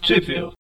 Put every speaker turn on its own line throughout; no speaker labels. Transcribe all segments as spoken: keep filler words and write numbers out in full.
Trivia.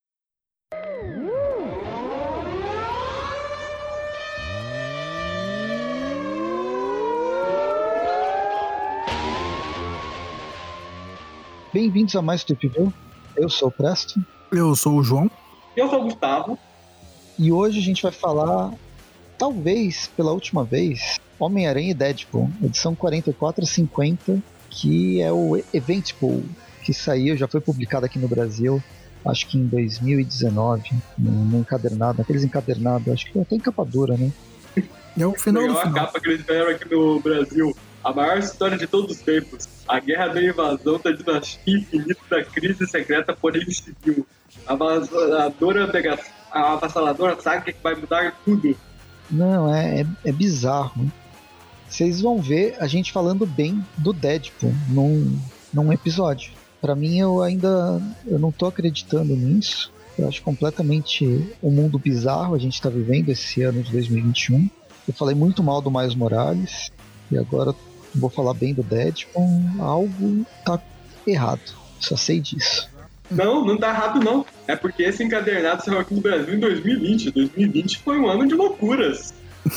Bem-vindos a mais um Trivia. Eu sou o Presto.
Eu sou o João.
Eu sou o Gustavo.
E hoje a gente vai falar, talvez pela última vez, Homem-Aranha e Deadpool, edição quarenta e quatro a cinquenta, que é o Eventpool, que saiu, já foi publicado aqui no Brasil, acho que em dois mil e dezenove, no, no encadernado, naqueles encadernados, acho que até em capa dura, né?
É o final do
a
final.
capa que eles fizeram aqui no Brasil. A maior história de todos os tempos. A guerra da invasão da dinastia infinita da crise secreta, porém civil. A avassaladora, mega, a avassaladora saga que vai mudar tudo.
Não, é, é, é bizarro. Vocês vão ver a gente falando bem do Deadpool num, num episódio. Pra mim, eu ainda eu não tô acreditando nisso. Eu acho completamente um mundo bizarro a gente tá vivendo esse ano de dois mil e vinte e um. Eu falei muito mal do Miles Morales e agora vou falar bem do Deadpool. Algo tá errado, só sei disso.
Não, não tá errado não. É porque esse encadernado saiu aqui no Brasil em dois mil e vinte. dois mil e vinte foi um ano de loucuras.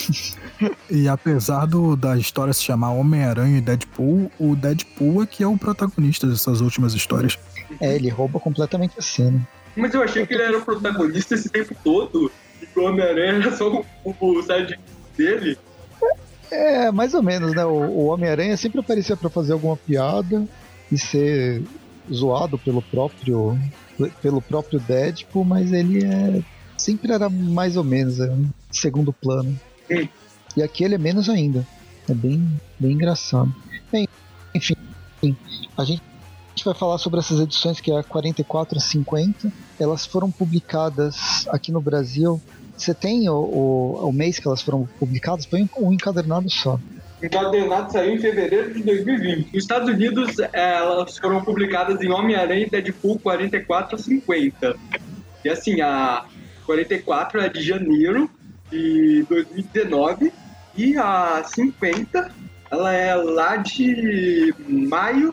E apesar do, da história se chamar Homem-Aranha e Deadpool, o Deadpool é que é o protagonista dessas últimas histórias.
É, ele rouba completamente a cena.
Mas eu achei que ele era o protagonista esse tempo todo e que o Homem-Aranha era só o, o, o side dele.
É, mais ou menos, né? O, o Homem-Aranha sempre aparecia pra fazer alguma piada e ser zoado pelo próprio pelo próprio Deadpool, mas ele é, sempre era mais ou menos, é um segundo plano.
Sim.
E aqui ele é menos ainda. É bem, bem engraçado. Bem, enfim, a gente vai falar sobre essas edições que é a quarenta e quatro a cinquenta. Elas foram publicadas aqui no Brasil. Você tem o, o, o mês que elas foram publicadas? Foi um, um encadernado só.
O encadernado saiu em fevereiro de dois mil e vinte. Nos Estados Unidos, elas foram publicadas em Homem-Aranha e Deadpool quarenta e quatro a cinquenta. E assim, a quarenta e quatro é de janeiro de dois mil e dezenove e a cinquenta ela é lá de maio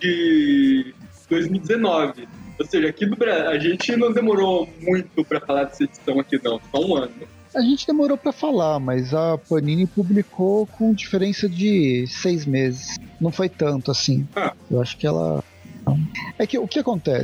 de dois mil e dezenove. Ou seja, aqui do Brasil, a gente não demorou muito para falar dessa edição aqui não, só um ano.
A gente demorou pra falar, mas a Panini publicou com diferença de seis meses. Não foi tanto assim.
Ah.
Eu acho que ela... É que o que acontece?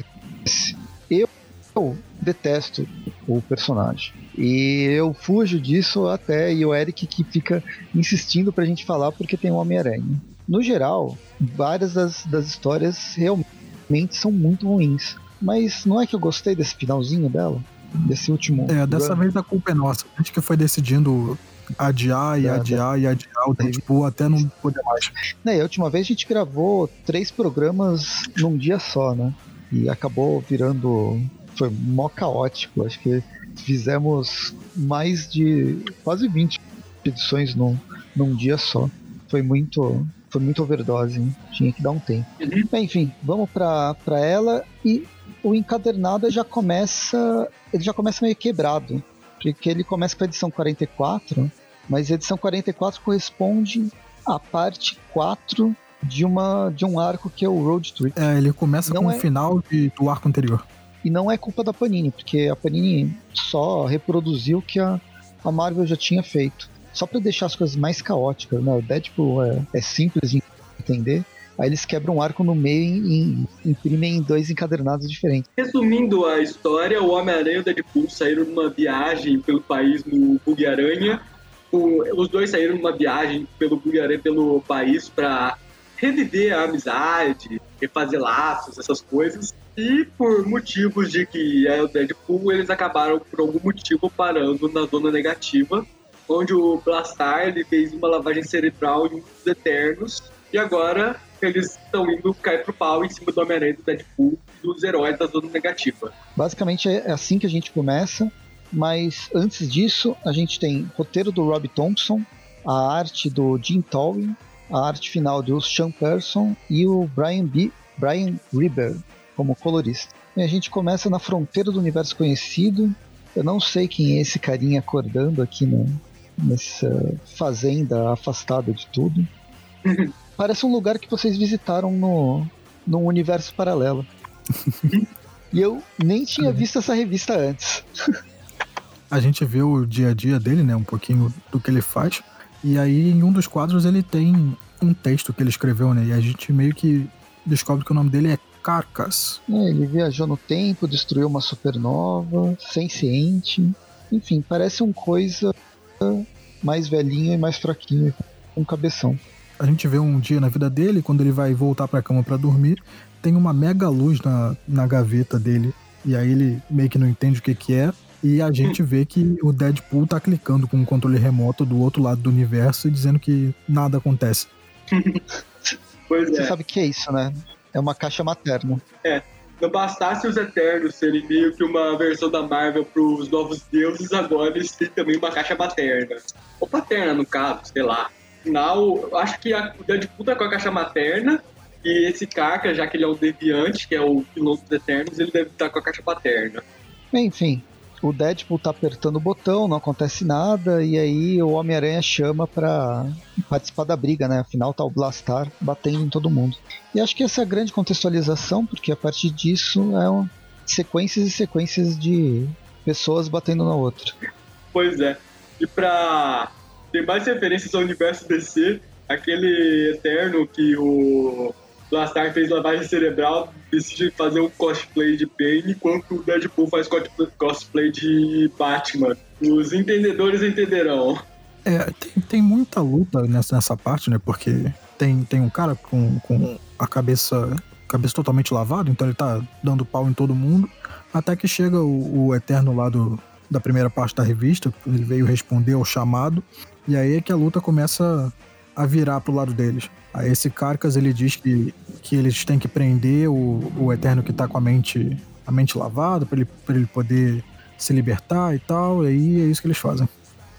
Eu, eu detesto o personagem. E eu fujo disso até, e o Eric que fica insistindo pra gente falar porque tem o Homem-Aranha. No geral, várias das, das histórias realmente são muito ruins. Mas não é que eu gostei desse finalzinho dela? Desse último...
É, dessa
run?
vez a culpa é nossa. A gente que foi decidindo adiar e
Da-
adiar e adiar o Deadpool até não poder mais.
Né, a última vez a gente gravou três programas num dia só, né? E acabou virando... Foi mó caótico. Acho que fizemos mais de quase vinte edições num, num dia só. Foi muito... Foi muito overdose, hein? Tinha que dar um tempo.
Uhum.
Bem, enfim, vamos pra, pra ela. E o encadernado já começa... Ele já começa meio quebrado. Porque ele começa com a edição quarenta e quatro, mas a edição quarenta e quatro corresponde à parte quatro de, uma, de um arco que é o Road Trip.
É, ele começa
Não
com
é-
o final de, do arco anterior.
E não é culpa da Panini, porque a Panini só reproduziu o que a, a Marvel já tinha feito. Só pra deixar as coisas mais caóticas, né? O Deadpool é, é simples de entender. Aí eles quebram um arco no meio e, e imprimem em dois encadernados diferentes.
Resumindo a história, o Homem-Aranha e o Deadpool saíram numa viagem pelo país no Bug-Aranha. O- Os dois saíram numa viagem pelo Bug-Aranha, pelo país, para reviver a amizade, refazer laços, essas coisas. E por motivos de que é o Deadpool, eles acabaram, por algum motivo, parando na zona negativa, onde o Blastar ele fez uma lavagem cerebral em um dos Eternos. E agora eles estão indo cair pro pau em cima do Homem-Aranha, do Deadpool, dos heróis da zona negativa.
Basicamente é assim que a gente começa, mas antes disso a gente tem roteiro do Rob Thompson, a arte do Jim Towling, a arte final do Sean Person e o Brian, B, Brian Reber como colorista. E a gente começa na fronteira do universo conhecido. Eu não sei quem é esse carinha acordando aqui na, nessa fazenda afastada de tudo. Parece um lugar que vocês visitaram no, num universo paralelo. E eu nem tinha visto essa revista antes.
A gente vê o dia a dia dele, né? Um pouquinho do que ele faz. E aí, em um dos quadros, ele tem um texto que ele escreveu, né? E a gente meio que descobre que o nome dele é Carcass.
É, ele viajou no tempo, destruiu uma supernova, senciente. Enfim, parece um coisa mais velhinho e mais fraquinho, com um cabeção.
A gente vê um dia na vida dele, quando ele vai voltar pra cama pra dormir, tem uma mega luz na, na gaveta dele. E aí ele meio que não entende o que que é. E a gente vê que o Deadpool tá clicando com um controle remoto do outro lado do universo e dizendo que nada acontece.
Pois
Você
é.
sabe o que é isso, né? É uma caixa materna.
É. Não bastasse os Eternos serem meio que uma versão da Marvel pros novos deuses, agora eles têm também uma caixa materna. Ou paterna, no caso, sei lá. Afinal, eu acho que a, o Deadpool tá com a caixa materna e esse Carca, já que ele é um deviante, que é o piloto dos Eternos, ele deve estar com a caixa paterna.
Enfim, o Deadpool tá apertando o botão, não acontece nada, e aí o Homem-Aranha chama pra participar da briga, né? Afinal tá o Blastar batendo em todo mundo. E acho que essa é a grande contextualização, porque a partir disso é uma sequências e sequências de pessoas batendo na outra.
Pois é. E pra ter mais referências ao universo D C, aquele Eterno que o Blastar fez lavagem cerebral decide fazer um cosplay de Bane, enquanto o Deadpool faz cosplay de Batman. Os entendedores entenderão.
É, tem, tem muita luta nessa, nessa parte, né? Porque tem, tem um cara com, com a cabeça, cabeça totalmente lavada, então ele tá dando pau em todo mundo, até que chega o, o Eterno lá do, da primeira parte da revista, ele veio responder ao chamado, e aí é que a luta começa a virar pro lado deles. Aí esse Carcass, ele diz que, que eles têm que prender o, o Eterno que tá com a mente, a mente lavada, pra ele, pra ele poder se libertar e tal, e aí é isso que eles fazem.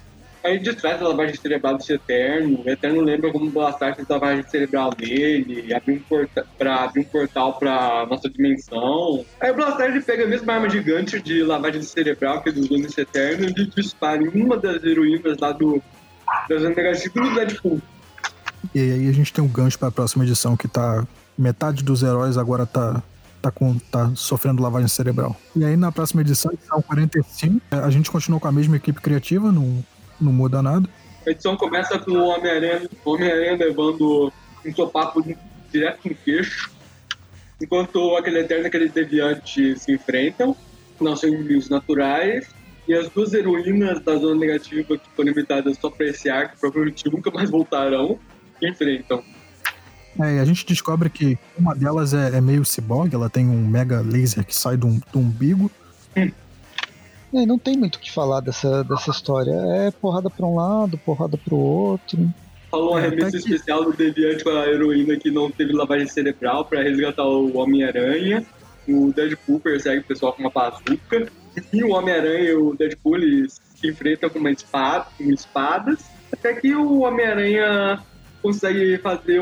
Aí distrai a lavagem cerebral desse Eterno. O Eterno lembra como o Blastar fez a lavagem cerebral dele, abriu um porta- pra abrir um portal pra nossa dimensão. Aí o Blastar ele pega a mesma arma gigante de lavagem cerebral que ele usou nesse Eterno e ele dispara em uma das heroínas lá do das negativas do Deadpool.
E aí a gente tem um gancho pra próxima edição, que tá... metade dos heróis agora tá, tá, com, tá sofrendo lavagem cerebral. E aí na próxima edição, edição quarenta e cinco, a gente continua com a mesma equipe criativa, não, não muda nada.
A edição começa com o Homem-Aranha, o Homem-Aranha levando um sopapo direto no queixo, enquanto aquele Eterno e aquele Deviante se enfrentam, não são inimigos naturais, e as duas heroínas da Zona Negativa, que foram limitadas só pra esse arco, provavelmente nunca mais voltarão, enfrentam.
É, e a gente descobre que uma delas é, é meio ciborgue, ela tem um mega laser que sai do, do umbigo.
Hum.
É, não tem muito o que falar dessa, dessa história. É porrada pra um lado, porrada pro outro.
Falou uma
É,
remessa
tá aqui.
especial do Deviante com a heroína que não teve lavagem cerebral pra resgatar o Homem-Aranha. O Deadpool persegue o pessoal com uma bazuca. E o Homem-Aranha e o Deadpool eles se enfrentam com uma espada, com espadas. Até que o Homem-Aranha consegue fazer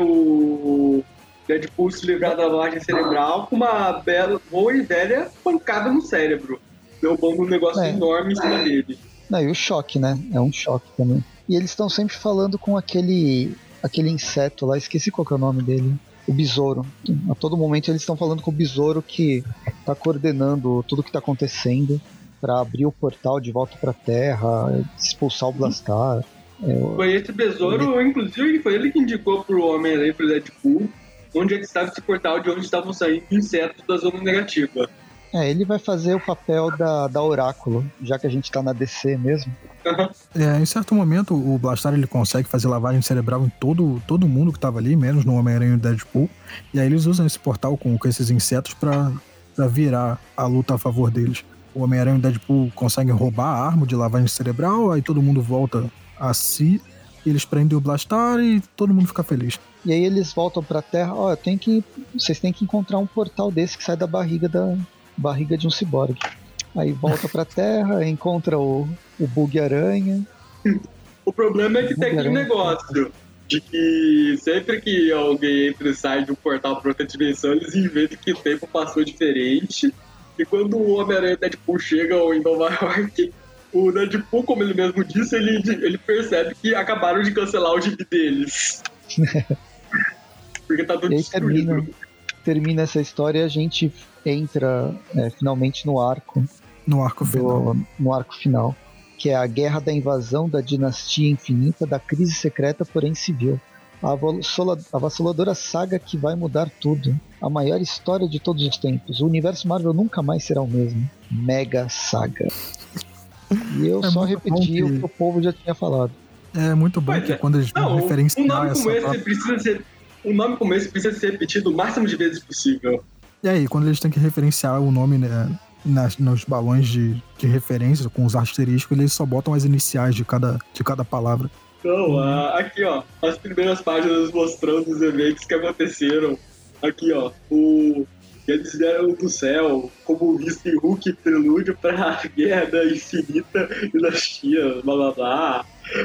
o Deadpool se livrar da lavagem cerebral com uma bela, boa e velha pancada no cérebro. Derrubando um negócio
É.
enorme em cima dele.
Não, e o choque, né? É um choque também. E eles estão sempre falando com aquele aquele inseto lá, esqueci qual que é o nome dele. O besouro. A todo momento eles estão falando com o besouro que tá coordenando tudo que tá acontecendo pra abrir o portal de volta pra Terra, expulsar o Blastar. É,
Foi esse besouro, inclusive, foi ele que indicou pro Homem-Aranha e pro Deadpool onde é que estava esse portal, de onde estavam saindo insetos da Zona Negativa.
é, ele vai fazer o papel da, da Oráculo, já que a gente tá na D C mesmo.
É, em certo momento, o Blastar ele consegue fazer lavagem cerebral em todo, todo mundo que tava ali, menos no Homem-Aranha e no Deadpool. E aí eles usam esse portal com, com esses insetos pra, pra virar a luta a favor deles. O Homem-Aranha e o Deadpool conseguem roubar a arma de lavagem cerebral, aí todo mundo volta a si, eles prendem o Blastar e todo mundo fica feliz.
E aí eles voltam pra Terra, ó, tem que, vocês têm que encontrar um portal desse que sai da barriga da barriga de um ciborgue. Aí volta pra Terra, encontra o, o Bug-Aranha.
O problema é que tem aquele
Bug-Aranha.
negócio de que sempre que alguém entra e sai de um portal para outra dimensão, eles inventam que o tempo passou diferente. E quando o Homem-Aranha e o Deadpool chegam em Nova York, o Deadpool, como ele mesmo disse, ele, ele percebe que acabaram de cancelar o gibi deles. Porque tá tudo
E aí
destruído.
termina, termina essa história e a gente entra é, finalmente no arco.
No arco
do,
final.
No arco final. Que é a guerra da invasão da dinastia infinita, da crise secreta, porém civil. A avassaladora saga que vai mudar tudo. A maior história de todos os tempos. O universo Marvel nunca mais será o mesmo. Mega Saga. E eu é só repeti que... o que o povo já tinha falado.
É muito bom Mas que é. quando eles vão referenciar
um nome
essa...
como esse precisa ser, um nome como esse precisa ser repetido o máximo de vezes possível.
E aí, quando eles têm que referenciar o nome, né, nas, nos balões de, de referência, com os asteriscos, eles só botam as iniciais de cada, de cada palavra.
Então, uh, aqui ó, as primeiras páginas mostrando os eventos que aconteceram. Aqui ó, o... eles vieram do céu como visto em Hulk prelúdio pra Guerra Infinita e da Chia, blá blá blá.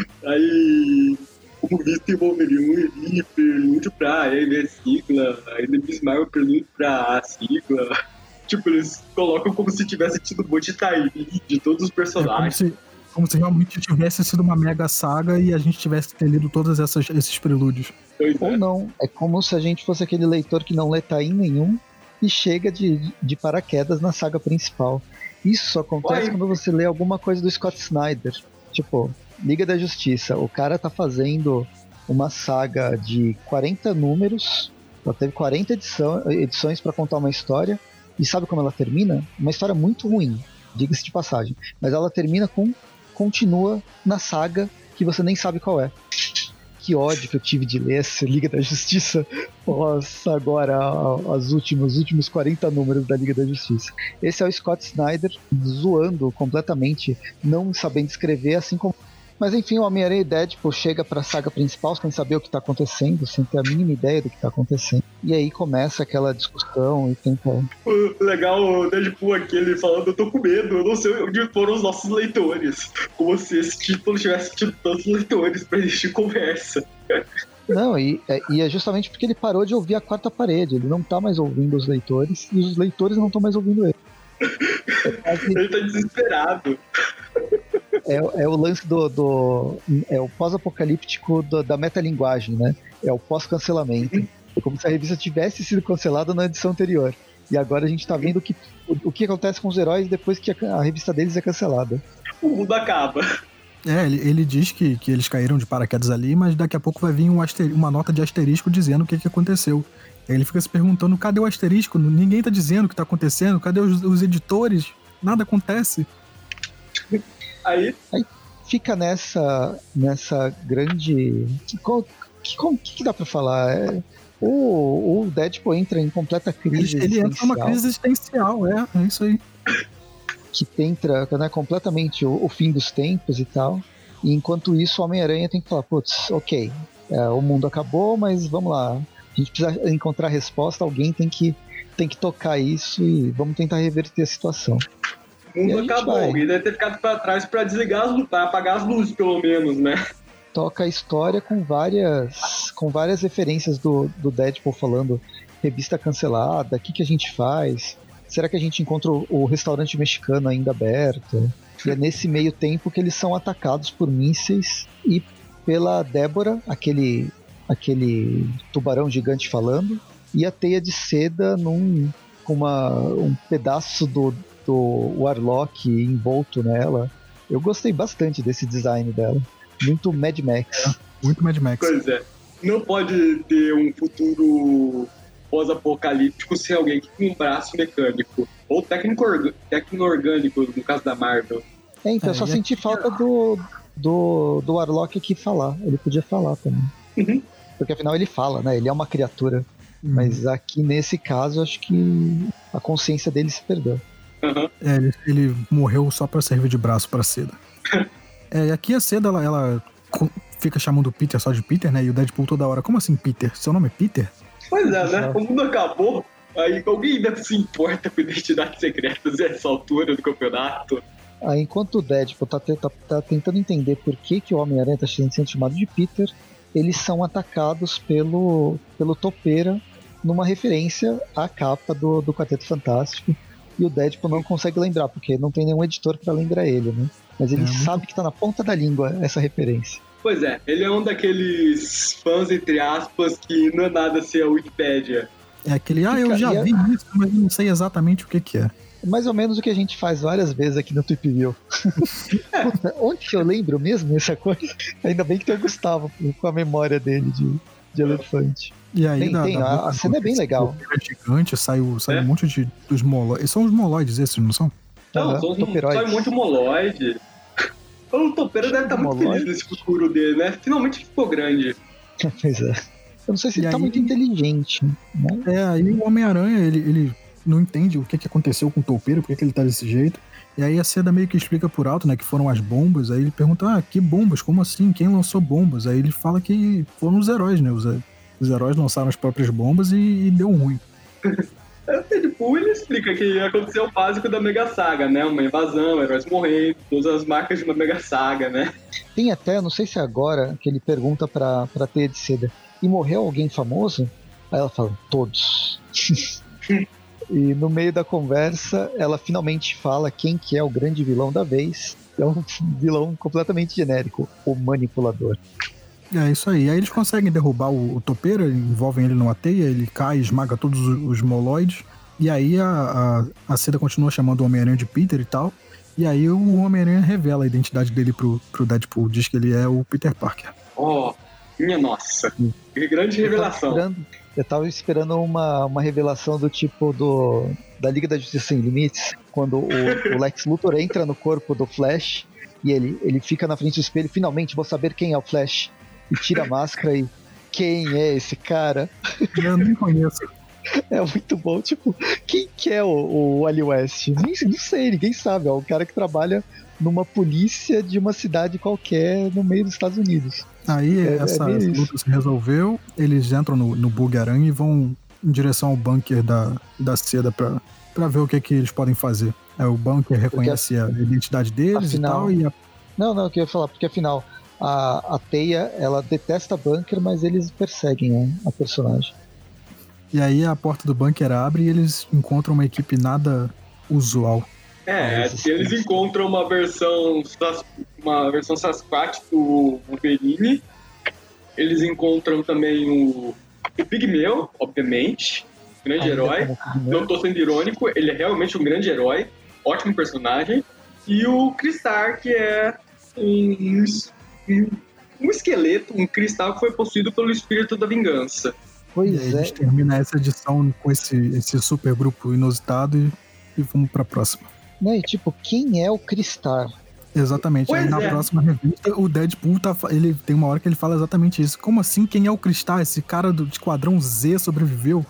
Aí, como visto em Wolverine e prelúdio pra M V sigla, aí Miss Marvel prelúdio pra a sigla. Tipo, eles colocam como se tivesse tido um monte de time de todos os personagens.
É como, se, como se realmente tivesse sido uma mega saga e a gente tivesse que ter lido todos essas, esses prelúdios.
Pois Ou é. não, é como se a gente fosse aquele leitor que não lê time nenhum e chega de, de paraquedas na saga principal. Isso só acontece Oi. quando você lê alguma coisa do Scott Snyder. Tipo, Liga da Justiça. O cara tá fazendo uma saga de quarenta números, ela teve quarenta edição, edições para contar uma história, e sabe como ela termina? Uma história muito ruim, diga-se de passagem. Mas ela termina com continua na saga que você nem sabe qual é. Que ódio que eu tive de ler essa Liga da Justiça nossa, agora as últimas, os últimos quarenta números da Liga da Justiça. Esse é o Scott Snyder zoando completamente, não sabendo escrever, assim como... Mas enfim, o Homem-Aranha e Deadpool chega pra saga principal sem saber o que tá acontecendo, sem ter a mínima ideia do que tá acontecendo. E aí começa aquela discussão e tenta...
Legal, o Deadpool aqui, ele falando, eu tô com medo, eu não sei onde foram os nossos leitores. Como se esse título tivesse tido tantos leitores pra gente conversa.
Não, e, e é justamente porque ele parou de ouvir a quarta parede, ele não tá mais ouvindo os leitores, e os leitores não estão mais ouvindo ele.
É quase... Ele tá desesperado.
É, é o lance do, do é o pós-apocalíptico do, da metalinguagem, né? É o pós-cancelamento. É como se a revista tivesse sido cancelada na edição anterior. E agora a gente tá vendo que, o, o que acontece com os heróis depois que a, a revista deles é cancelada.
O mundo acaba.
É, ele, ele diz que, que eles caíram de paraquedas ali, mas daqui a pouco vai vir um aster, uma nota de asterisco dizendo o que, que aconteceu. Aí ele fica se perguntando, cadê o asterisco? Ninguém tá dizendo o que tá acontecendo, cadê os, os editores? Nada acontece.
Aí...
Aí fica nessa, nessa grande... O que, que, que dá pra falar? É, o, o Deadpool entra em completa crise
ele, ele entra numa crise existencial, é, é isso aí.
Que entra, né, completamente o, o fim dos tempos e tal. E enquanto isso, o Homem-Aranha tem que falar, putz, ok, é, o mundo acabou, mas vamos lá. A gente precisa encontrar a resposta, alguém tem que, tem que tocar isso e vamos tentar reverter a situação.
O mundo acabou, vai. Alguém deve ter ficado pra trás pra desligar as luzes, pra apagar as luzes, pelo menos, né?
Toca a história com várias, com várias referências do, do Deadpool falando revista cancelada, o que, que a gente faz? Será que a gente encontra o, o restaurante mexicano ainda aberto? E é nesse meio tempo que eles são atacados por mísseis e pela Débora, aquele, aquele tubarão gigante falando, e a teia de seda num, com uma, um pedaço do do Warlock envolto nela. Eu gostei bastante desse design dela. Muito Mad Max.
É, muito Mad Max.
Pois é. Não pode ter um futuro pós-apocalíptico sem alguém com um braço mecânico. Ou técnico tecno-orgânico, no caso da Marvel.
É, então é, eu só senti aqui... falta do, do, do Warlock aqui falar. Ele podia falar também.
Uhum.
Porque afinal ele fala, né? Ele é uma criatura. Uhum. Mas aqui nesse caso, acho que a consciência dele se perdeu.
Uhum.
É, ele, ele morreu só pra servir de braço pra Seda. É, e aqui a Seda, ela, ela fica chamando o Peter só de Peter, né? E o Deadpool toda hora, como assim Peter? Seu nome é Peter?
Pois é, né? O mundo acabou, aí alguém ainda se importa com identidades secretas nessa altura do campeonato.
Aí, enquanto o Deadpool tá, tá, tá tentando entender por que, que o Homem-Aranha tá sendo chamado de Peter, eles são atacados pelo, pelo Topeira, numa referência à capa do, do Quarteto Fantástico. E o Deadpool não consegue lembrar, porque não tem nenhum editor pra lembrar ele, né? Mas ele é, sabe que tá na ponta da língua essa referência.
Pois é, ele é um daqueles fãs, entre aspas, que não é nada ser a Wikipédia.
É aquele, ah, eu
Fica-
já
e é-
vi isso, mas eu não sei exatamente o que que é.
Mais ou menos o que a gente faz várias vezes aqui no Tweep View. Puta, onde que eu lembro mesmo essa coisa? Ainda bem que tem o Gustavo com a memória dele de, de elefante.
E aí,
Tem,
da,
tem,
da
a-
boca
a cena é bem
desse
legal.
topeira gigante, sai, o- sai
É.
um monte de, dos moloides. São os moloides esses, não são?
Não,
Aham,
só, um,
toperoides.
só um monte de moloide. O topeiro deve estar muito
Moloide?
feliz nesse futuro dele, né? Finalmente ficou grande.
Pois é. Eu não sei se
E
ele tá
aí-
muito inteligente, né?
É, aí o Homem-Aranha, ele, ele não entende o que, que aconteceu com o toupeiro, por que, que ele tá desse jeito. E aí a Seda meio que explica por alto, né, que foram as bombas. Aí ele pergunta, ah, que bombas? Como assim? Quem lançou bombas? Aí ele fala que foram os heróis, né? Os, os heróis lançaram as próprias bombas e, e deu ruim.
É, o Deadpool, ele explica que aconteceu o básico da Mega Saga, né? Uma invasão, heróis morrendo, todas as marcas de uma Mega Saga, né?
Tem até, não sei se é agora, que ele pergunta pra, pra Teia de Seda, e morreu alguém famoso? Aí ela fala, todos. E no meio da conversa, ela finalmente fala quem que é o grande vilão da vez. É um vilão completamente genérico, o Manipulador.
É isso aí. Aí eles conseguem derrubar o, o topeiro, envolvem ele numa teia, ele cai, esmaga todos os, os moloides. E aí a, a, a Seda continua chamando o Homem-Aranha de Peter e tal. E aí o Homem-Aranha revela a identidade dele pro, pro Deadpool, diz que ele é o Peter Parker.
Oh, minha nossa. Que grande
Eu tava
revelação.
esperando, eu tava esperando uma, uma revelação do tipo do da Liga da Justiça Sem Limites, quando o, o Lex Luthor entra no corpo do Flash e ele, ele fica na frente do espelho, finalmente vou saber quem é o Flash. E tira a máscara e quem é esse cara?
Eu nem conheço.
É muito bom, tipo, quem que é o, o Wally West? Nem, não sei, ninguém sabe, é o cara que trabalha numa polícia de uma cidade qualquer no meio dos Estados Unidos.
Aí
É- é
essa,
bem
essa
isso.
luta se resolveu, eles entram no, no Bug-Aranha e vão em direção ao bunker da, da Seda pra, pra ver o que, que eles podem fazer. Aí o bunker reconhece a identidade deles
afinal-
e tal, e a,
Não, não, eu queria falar, porque afinal, a, a Teia, ela detesta bunker, mas eles perseguem a, a personagem.
e aí a porta do bunker abre e eles encontram uma equipe nada usual.
É,
Esses
eles
três.
encontram uma versão Sas- uma versão Sasquatch do Wolverine. Eles encontram também o, o Pigmeu, obviamente, grande
Ainda
herói.
como Pigmeu.
Não tô sendo irônico, ele é realmente um grande herói, ótimo personagem. E o Cristar, que é um, um, um esqueleto, um cristal que foi possuído pelo espírito da vingança.
E aí
Pois
a
é,
gente termina essa edição com esse, esse super grupo inusitado e, e vamos pra próxima.
né? E tipo, quem é o Cristar?
Exatamente.
Pois
Aí na
é.
próxima revista, o Deadpool tá, fa- ele tem uma hora que ele fala exatamente isso. Como assim? Quem é o Cristal? Esse cara do Esquadrão Z sobreviveu?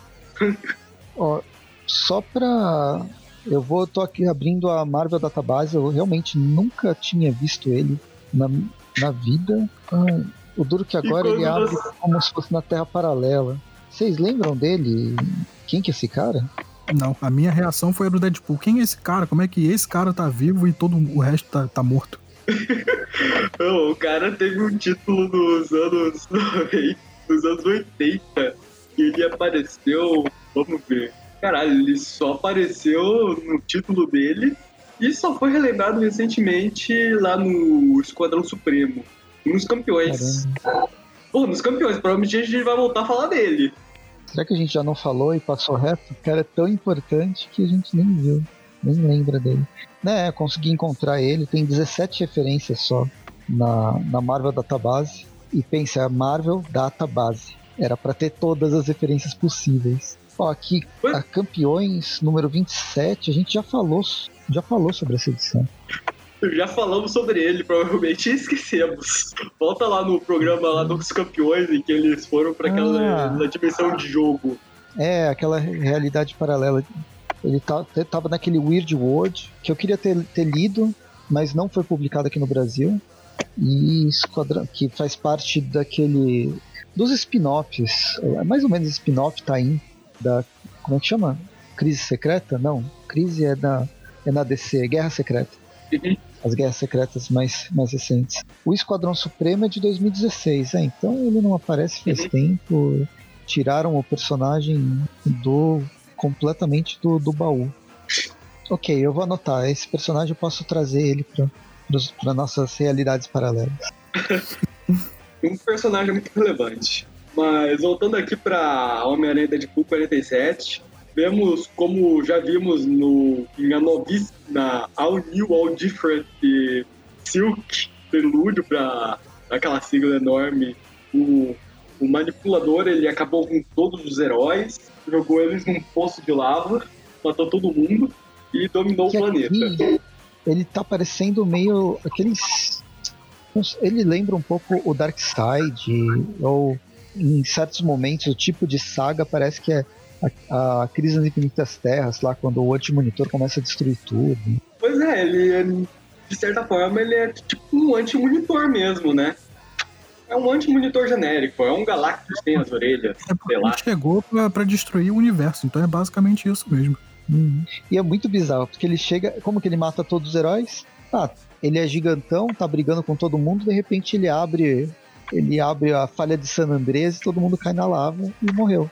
Ó, só pra. Eu vou, tô aqui abrindo a Marvel Database, eu realmente nunca tinha visto ele na, na vida. Ah, o duro que agora
quando
ele abre
você-
como se fosse na Terra Paralela. Vocês lembram dele? Quem que é esse cara?
Não, a minha reação foi a do Deadpool. Quem é esse cara? Como é que esse cara tá vivo e todo o resto tá, tá morto?
Não, o cara teve um título nos anos noventa, nos anos oitenta, e ele apareceu, vamos ver, caralho, ele só apareceu no título dele e só foi relembrado recentemente lá no Esquadrão Supremo, nos Campeões.
Caramba.
Pô, nos Campeões, provavelmente a gente vai voltar a falar dele.
Será que a gente já não falou e passou reto? O cara é tão importante que a gente nem viu, nem lembra dele. Né, consegui encontrar ele, tem dezessete referências só na, na Marvel Database. E pensa, a Marvel Database. Era pra ter todas as referências possíveis. Ó, aqui, a Campeões, número vinte e sete, a gente já falou, já falou sobre essa edição.
Já falamos sobre ele, provavelmente e esquecemos. Volta lá no programa lá dos Campeões, em que eles foram pra aquela
Ah.
na dimensão de jogo.
É, aquela realidade paralela. Ele tá, tava naquele Weird World, que eu queria ter, ter lido, mas não foi publicado aqui no Brasil. E Esquadrão, que faz parte daquele... dos spin-offs, é mais ou menos spin-off tá aí, da... como é que chama? Crise Secreta? Não, Crise é, da, é na D C, Guerra Secreta.
Uhum.
As Guerras Secretas mais, mais recentes. O Esquadrão Supremo é de dois mil e dezesseis, é, então ele não aparece faz
Uhum.
tempo. Tiraram o personagem do completamente do, do baú. Ok, eu vou anotar. Esse personagem eu posso trazer ele para nossas realidades paralelas.
Um personagem muito relevante. Mas voltando aqui para Homem-Aranha Deadpool quarenta e sete, vemos como já vimos no, em a novíssima, na All New, All Different Silk Prelúdio para aquela sigla enorme, o, o manipulador ele acabou com todos os heróis, jogou eles num poço de lava, matou todo mundo e dominou
que
o planeta.
Aqui, ele tá parecendo meio aqueles... Ele lembra um pouco o Darkseid, ou em certos momentos o tipo de saga parece que é a, a Crise nas Infinitas Terras, lá quando o Anti-Monitor começa a destruir tudo.
Pois é, ele de certa forma ele é tipo um Anti-Monitor mesmo, né? É um Anti-Monitor genérico, é um Galactus sem as orelhas,
é
sei lá.
Ele chegou pra, pra destruir o universo, então é basicamente isso mesmo.
Uhum. E é muito bizarro, porque ele chega... Como que ele mata todos os heróis? Ah, ele é gigantão, tá brigando com todo mundo, de repente ele abre... Ele abre a falha de San Andreas e todo mundo cai na lava e morreu.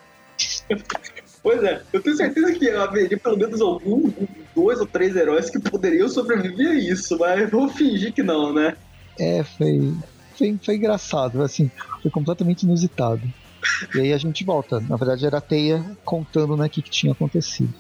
Pois é, eu tenho certeza que haveria pelo menos algum, dois ou três heróis que poderiam sobreviver a isso, mas vou fingir que não, né?
É, foi, foi, foi engraçado, assim, foi completamente inusitado. E aí a gente volta. Na verdade era a Teia contando, né, o que, que tinha acontecido.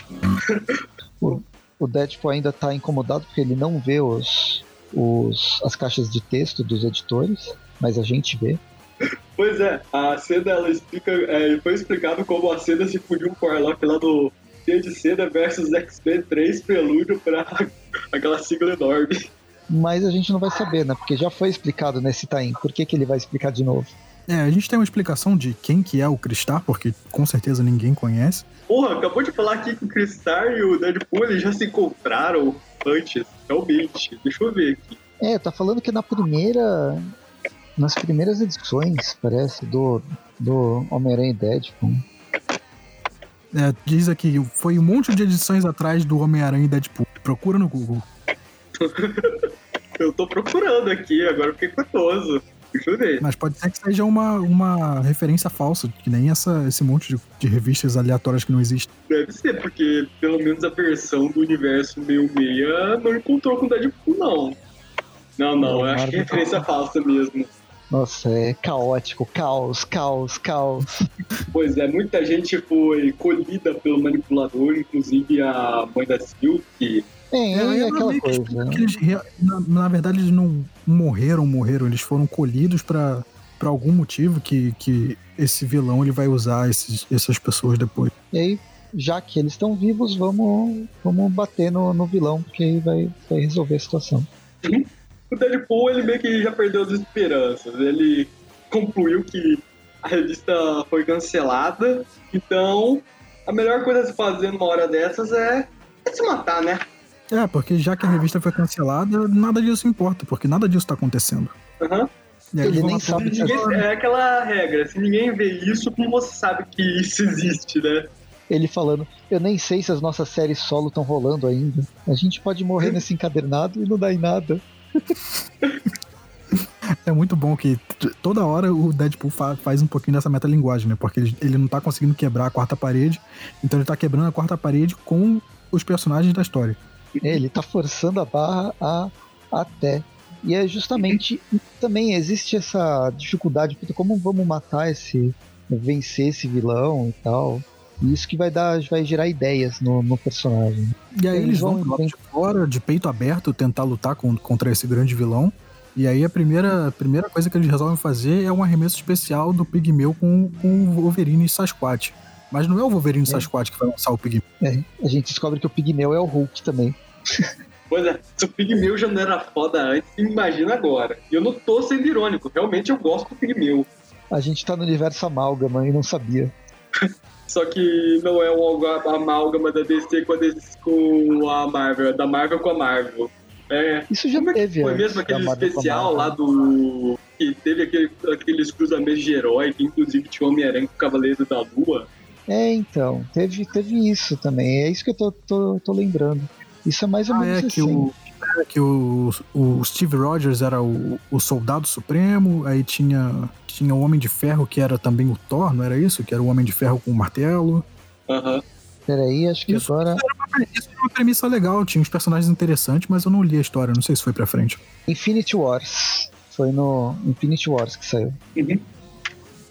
O, o Deadpool ainda tá incomodado porque ele não vê os, os, as caixas de texto dos editores, mas a gente vê.
Pois é, a Seda, ela explica, é, foi explicado como a Seda se fundiu com o Warlock lá do Teia de Seda versus X-Men três Prelúdio pra aquela sigla enorme.
Mas a gente não vai saber, né? Porque já foi explicado nesse tie-in. Por que que ele vai explicar de novo?
É, a gente tem uma explicação de quem que é o Crystar, porque com certeza ninguém conhece.
Porra, acabou de falar aqui que o Crystar e o Deadpool eles já se encontraram antes, realmente. Deixa eu ver aqui.
É, tá falando que na primeira... Nas primeiras edições, parece, do, do Homem-Aranha e Deadpool.
É, diz aqui, foi um monte de edições atrás do Homem-Aranha e Deadpool. Procura no Google.
Eu tô procurando aqui, agora fiquei curioso. Deixa eu ver.
Mas pode ser que seja uma, uma referência falsa, que nem essa, esse monte de, de revistas aleatórias que não existem.
Deve ser, porque pelo menos a versão do universo meio meia não encontrou com o Deadpool, não. Não, não, eu acho que é referência falsa mesmo.
Nossa, é caótico, caos, caos, caos.
Pois é, muita gente foi colhida pelo manipulador, inclusive a mãe da Silk.
É, é, é aquela coisa.
Eles, na, na verdade, eles não morreram, morreram. Eles foram colhidos pra, pra algum motivo que, que esse vilão ele vai usar esses, essas pessoas depois.
E aí, já que eles estão vivos, vamos, vamos bater no, no vilão, porque aí vai, vai resolver a situação.
Uhum. O Deadpool, ele meio que já perdeu as esperanças. Ele concluiu que a revista foi cancelada, então a melhor coisa a se fazer numa hora dessas é, é se matar, né?
É, porque já que a revista foi cancelada, nada disso importa, porque nada disso tá acontecendo.
Uhum.
Ele nem sabe
que ninguém, é aquela regra, se ninguém vê isso, como você sabe que isso existe, né?
Ele falando, eu nem sei se as nossas séries solo estão rolando ainda. A gente pode morrer nesse encadernado e não dá em nada.
É muito bom que toda hora o Deadpool fa- faz um pouquinho dessa metalinguagem, né? Porque ele, ele não tá conseguindo quebrar a quarta parede, então ele tá quebrando a quarta parede com os personagens da história.
Ele tá forçando a barra a, até. E é justamente... Também existe essa dificuldade, puta, como vamos matar esse... vencer esse vilão e tal... E isso que vai dar, vai gerar ideias no, no personagem.
E aí eles, eles vão lá de fora, de peito aberto, tentar lutar com, contra esse grande vilão. E aí a primeira, a primeira coisa que eles resolvem fazer é um arremesso especial do Pigmeu com, com o Wolverine e Sasquatch. Mas não é o Wolverine e é. Sasquatch que vai lançar o Pigmeu.
É, a gente descobre que o Pigmeu é o Hulk também.
Pois é, se o Pigmeu já não era foda antes, imagina agora. E eu não tô sendo irônico, realmente eu gosto do Pigmeu.
A gente tá no universo amálgama e não sabia.
Só que não é uma amálgama da D C com a, D C com a Marvel, é da Marvel com a Marvel. É,
isso já teve.
Foi mesmo aquele especial lá do... que teve aquele, aqueles cruzamentos de herói, que inclusive tinha o Homem-Aranha com o Cavaleiro da Lua.
É, então, teve, teve isso também. É isso que eu tô, tô, tô lembrando. Isso é mais ou
ah,
menos
é
assim.
Que o, é que o, o Steve Rogers era o, o Soldado Supremo, aí tinha... Tinha o Homem de Ferro, que era também o Thor, não era isso? Que era o Homem de Ferro com o martelo.
Aham. Uhum.
Peraí, acho que
isso
agora...
Era uma, isso era uma premissa legal, tinha uns personagens interessantes, mas eu não li a história, não sei se foi pra frente.
Infinity Wars. Foi no Infinity Wars que saiu.
Uhum.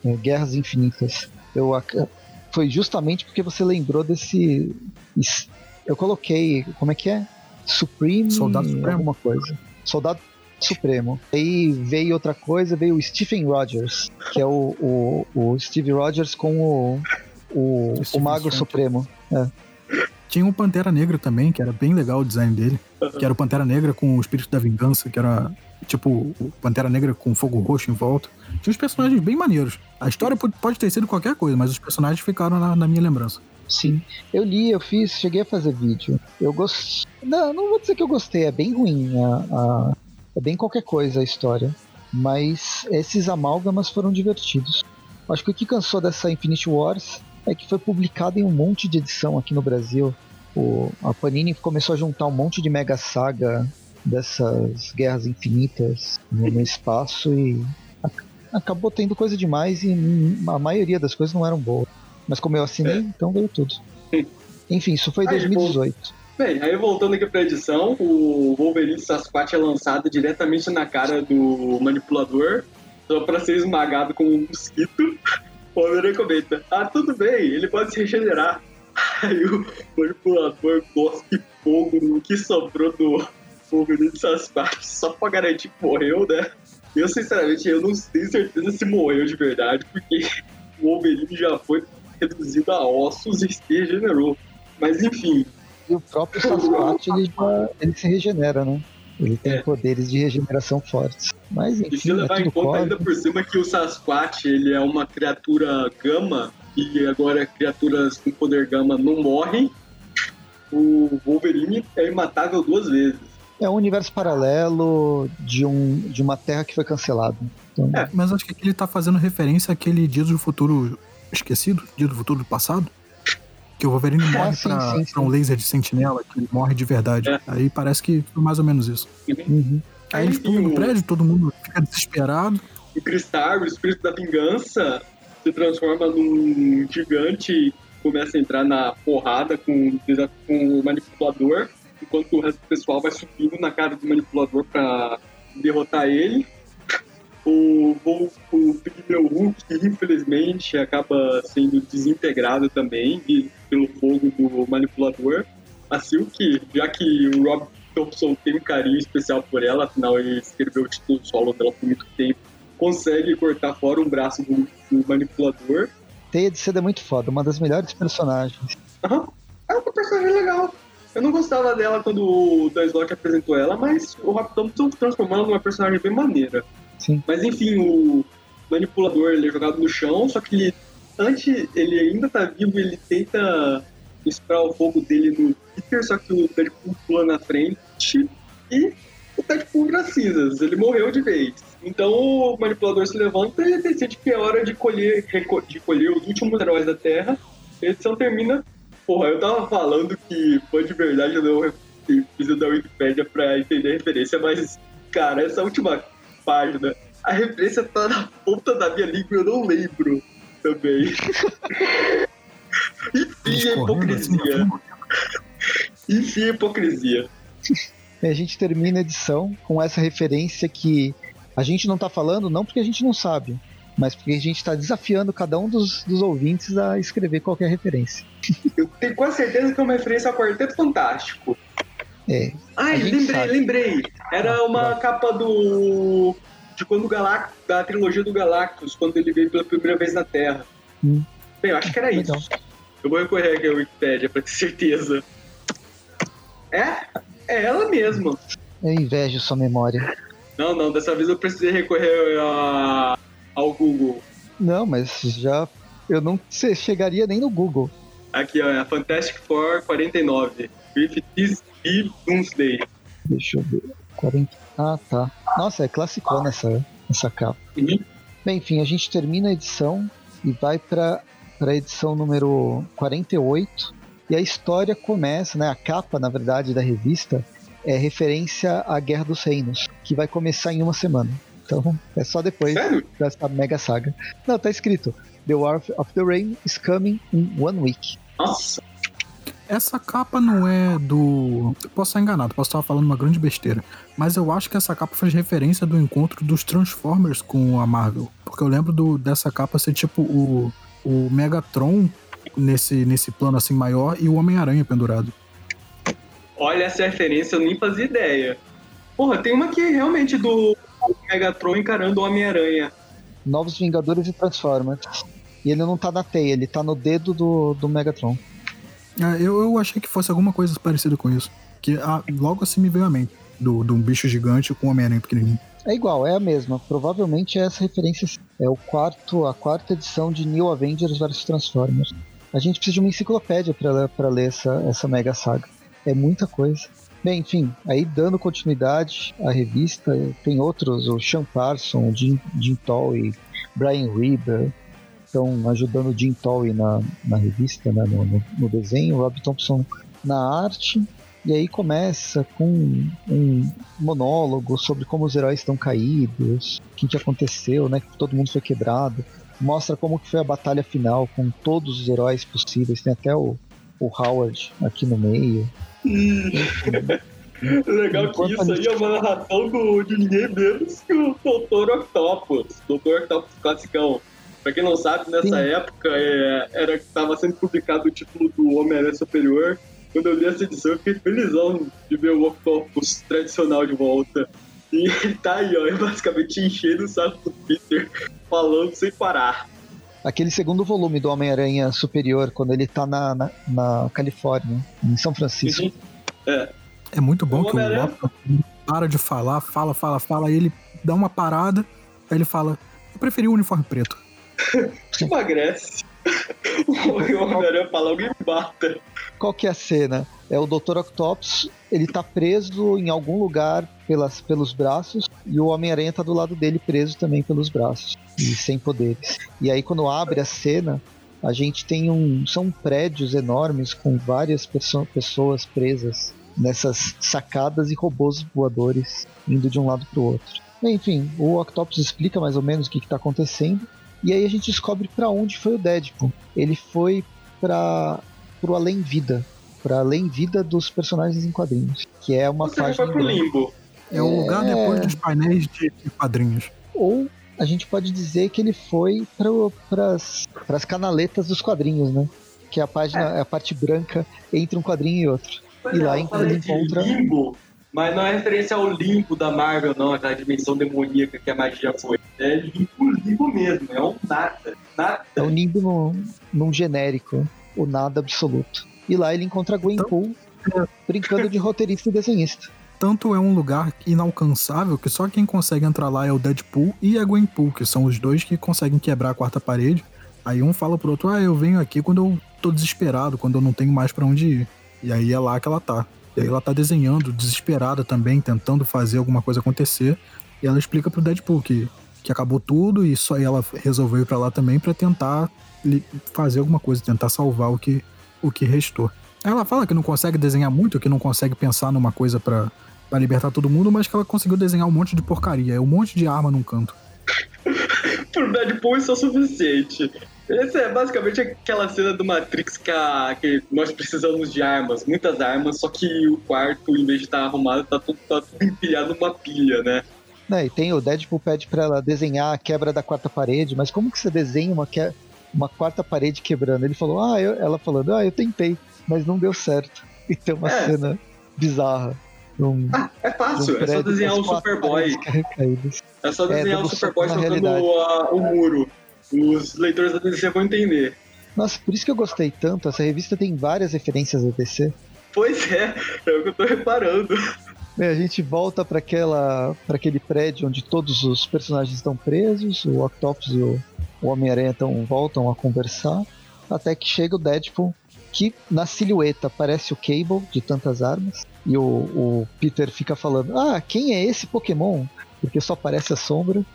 é, Guerras Infinitas. Eu, foi justamente porque você lembrou desse... Eu coloquei, como é que é? Supreme...
Soldado Supremo.
Alguma coisa. Soldado Supremo. Aí veio outra coisa, veio o Stephen Rogers, que é o, o, o Steve Rogers com o, o, o Mago Santo. Supremo. É.
Tinha um Pantera Negra também, que era bem legal o design dele, que era o Pantera Negra com o Espírito da Vingança, que era tipo o Pantera Negra com fogo roxo em volta. Tinha uns personagens bem maneiros. A história pode ter sido qualquer coisa, mas os personagens ficaram na, na minha lembrança.
Sim, eu li, eu fiz, cheguei a fazer vídeo. Eu gostei. Não, não vou dizer que eu gostei, é bem ruim. A, a... É bem qualquer coisa a história. Mas esses amálgamas foram divertidos. Acho que o que cansou dessa Infinity Wars é que foi publicado em um monte de edição aqui no Brasil. O, a Panini começou a juntar um monte de mega saga dessas guerras infinitas no, no espaço e a, acabou tendo coisa demais e a maioria das coisas não eram boas. Mas como eu assinei, é. então veio tudo. Enfim, isso foi em dois mil e dezoito.
Bem, aí voltando aqui pra edição, o Wolverine Sasquatch é lançado diretamente na cara do manipulador, só pra ser esmagado com um mosquito. O Wolverine comenta, ah, tudo bem, ele pode se regenerar. Aí o manipulador cospe fogo no que sobrou do Wolverine Sasquatch, só pra garantir que morreu, né? Eu, sinceramente, eu não tenho certeza se morreu de verdade, porque o Wolverine já foi reduzido a ossos e se regenerou. Mas, enfim...
E o próprio Sasquatch, ele, já, ele se regenera, né? Ele tem é. poderes de regeneração fortes. Mas, enfim,
e se levar
é
em conta
corre.
ainda por cima que o Sasquatch, ele é uma criatura gama, e agora criaturas com poder gama não morrem, o Wolverine é imatável duas vezes.
É um universo paralelo de, um, de uma terra que foi cancelada. Então...
É, mas acho que aqui ele tá fazendo referência àquele Dia do Futuro esquecido, Dia do Futuro do passado, que o Wolverine morre ah, sim, pra, sim, sim. pra um laser de sentinela, que ele morre de verdade. É. Aí parece que foi mais ou menos isso.
Uhum.
Aí eles pulam no prédio, todo mundo fica desesperado.
O Cristar, o espírito da vingança, se transforma num gigante e começa a entrar na porrada com, com o manipulador, enquanto o resto do pessoal vai subindo na cara do manipulador pra derrotar ele. O, o, o Pigmeu Hulk, infelizmente, acaba sendo desintegrado também de, pelo fogo do manipulador. A Silk, já que o Rob Thompson tem um carinho especial por ela, afinal ele escreveu o título solo dela por muito tempo, consegue cortar fora um braço do, do manipulador.
Teia de Seda é muito foda, uma das melhores personagens.
Aham, é uma personagem legal. Eu não gostava dela quando o Dan Slott apresentou ela, mas o Rob Thompson transformou ela numa personagem bem maneira.
Sim.
Mas enfim, o manipulador ele é jogado no chão, só que ele, antes ele ainda tá vivo, ele tenta esperar o fogo dele no Peter, só que o Deadpool pula na frente e o Deadpool vira cinzas, ele morreu de vez. Então o manipulador se levanta e decide que é hora de colher, de colher os últimos heróis da Terra. A edição termina. Porra, eu tava falando que foi de verdade, eu não fiz da Wikipedia pra entender a referência, mas, cara, essa última página, a referência tá na ponta da minha língua e eu não lembro também. Enfim, a hipocrisia. Enfim, a hipocrisia.
E a gente termina a edição com essa referência que a gente não tá falando, não porque a gente não sabe, mas porque a gente tá desafiando cada um dos, dos ouvintes a escrever qualquer referência.
Eu tenho quase certeza que é uma referência ao Quarteto Fantástico.
É.
Ai, lembrei, sabe. lembrei. Era ah, uma vai. capa do... de quando o Galactus, da trilogia do Galactus, quando ele veio pela primeira vez na Terra.
Hum.
Bem, eu acho que era Legal. isso. Eu vou recorrer aqui à Wikipédia pra ter certeza. É? É ela mesma.
Eu invejo sua memória.
Não, não, dessa vez eu precisei recorrer a... ao Google.
Não, mas já... eu não chegaria nem no Google.
Aqui, ó, é a Fantastic Four quarenta e nove. With This e Doomsday.
Deixa eu ver. quarenta... Ah, tá. Nossa, é classicona essa, essa capa.
Uhum.
Bem, enfim, a gente termina a edição e vai para a edição número quarenta e oito. E a história começa, né? A capa, na verdade, da revista é referência à Guerra dos Reinos, que vai começar em uma semana. Então, é só depois
Sério?
dessa mega saga. Não, tá escrito: The War of the Rain is coming in one week.
Nossa!
Essa capa não é do... Eu posso estar enganado, posso estar falando uma grande besteira. Mas eu acho que essa capa faz referência do encontro dos Transformers com a Marvel. Porque eu lembro do, dessa capa ser tipo o, o Megatron nesse, nesse plano assim maior e o Homem-Aranha pendurado.
Olha, essa referência eu nem fazia ideia. Porra, tem uma que é realmente do Megatron encarando o Homem-Aranha.
Novos Vingadores e Transformers. E ele não tá na teia, ele tá no dedo do, do Megatron.
É, eu, eu achei que fosse alguma coisa parecida com isso. Que ah, logo assim me veio à mente. Do, de um bicho gigante com um Homem-Aranha pequenininho.
É igual, é a mesma. Provavelmente é essa referência. É o quarto, a quarta edição de New Avengers versus Transformers. A gente precisa de uma enciclopédia pra, pra ler essa, essa mega saga. É muita coisa. Bem, enfim, aí dando continuidade à revista, tem outros, o Sean Parson, o Jim, Jim Tolley, Brian Reber, estão ajudando o Jim Tolley na, na revista, né, no, no, no desenho, o Rob Thompson na arte, e aí começa com um monólogo sobre como os heróis estão caídos, o que, que aconteceu, né, que todo mundo foi quebrado, mostra como que foi a batalha final com todos os heróis possíveis, tem até o, o Howard aqui no meio.
Legal que isso aí é uma narração do, de ninguém menos que o doutor Octopus, doutor Octopus classicão. Pra quem não sabe, nessa Sim. época é, era que estava sendo publicado o título do Homem-Aranha Superior. Quando eu li essa edição, eu fiquei felizão de ver o Octopus tradicional de volta. E ele tá aí, ó, basicamente enchendo o saco do Peter, falando sem parar.
Aquele segundo volume do Homem-Aranha Superior, quando ele tá na, na, na Califórnia, em São Francisco.
É.
É muito bom o que o Otto para de falar, fala, fala, fala, aí ele dá uma parada, aí ele fala, eu preferi o uniforme preto.
Emagrece. O Homem-Aranha fala, alguém me bata.
Qual que é a cena? É o doutor Octopus, ele tá preso em algum lugar pelas, pelos braços, e o Homem-Aranha tá do lado dele preso também pelos braços, e sem poderes. E aí quando abre a cena, a gente tem um... são prédios enormes com várias perso- pessoas presas nessas sacadas e robôs voadores indo de um lado pro outro. Enfim, o Octopus explica mais ou menos o que está acontecendo, e aí a gente descobre para onde foi o Deadpool. Ele foi para pro além-vida, para além-vida dos personagens em quadrinhos, que é uma
Você
página...
vai pro limbo.
É o lugar
É...
depois dos painéis de, de quadrinhos.
Ou a gente pode dizer que ele foi para as canaletas dos quadrinhos, né? Que é a página, é. a parte branca entre um quadrinho e outro.
Pois
e
é,
lá
eu
ele encontra...
limbo, mas não é referência ao limbo da Marvel, não, aquela dimensão demoníaca que a magia foi. É limbo, limbo mesmo, é um nada, nada.
É um limbo num, num genérico, o nada absoluto. E lá ele encontra a Gwenpool então, brincando de roteirista e desenhista.
Tanto é um lugar inalcançável que só quem consegue entrar lá é o Deadpool e a Gwenpool, que são os dois que conseguem quebrar a quarta parede. Aí um fala pro outro, ah, eu venho aqui quando eu tô desesperado, quando eu não tenho mais pra onde ir. E aí é lá que ela tá. E aí ela tá desenhando, desesperada também, tentando fazer alguma coisa acontecer. E ela explica pro Deadpool que, que acabou tudo e só ela resolveu ir pra lá também pra tentar fazer alguma coisa, tentar salvar o que, o que restou. Ela fala que não consegue desenhar muito, que não consegue pensar numa coisa pra, pra libertar todo mundo, mas que ela conseguiu desenhar um monte de porcaria, um monte de arma num canto.
Pro Deadpool isso é o suficiente. Essa é basicamente aquela cena do Matrix que, a, que nós precisamos de armas, muitas armas, só que o quarto, em vez de estar arrumado, tá tudo, tá tudo empilhado numa pilha, né?
Não, e tem o Deadpool pede pra ela desenhar a quebra da quarta parede, mas como que você desenha uma, que, uma quarta parede quebrando? Ele falou, ah, eu, ela falando, ah, eu tentei, mas não deu certo. E tem uma é. cena bizarra. Um,
ah, é fácil, um é só desenhar um Superboy. É só desenhar um Superboy jogando o muro. Os leitores da D C vão entender.
Nossa, por isso que eu gostei tanto. Essa revista tem várias referências da D C.
Pois é, é o que eu tô reparando.
Bem, a gente volta para aquela, para aquele prédio onde todos os personagens estão presos. O Octopus e o, o Homem-Aranha então, voltam a conversar. Até que chega o Deadpool, que na silhueta parece o Cable, de tantas armas. E o, o Peter fica falando, ah, quem é esse Pokémon? Porque só aparece a sombra.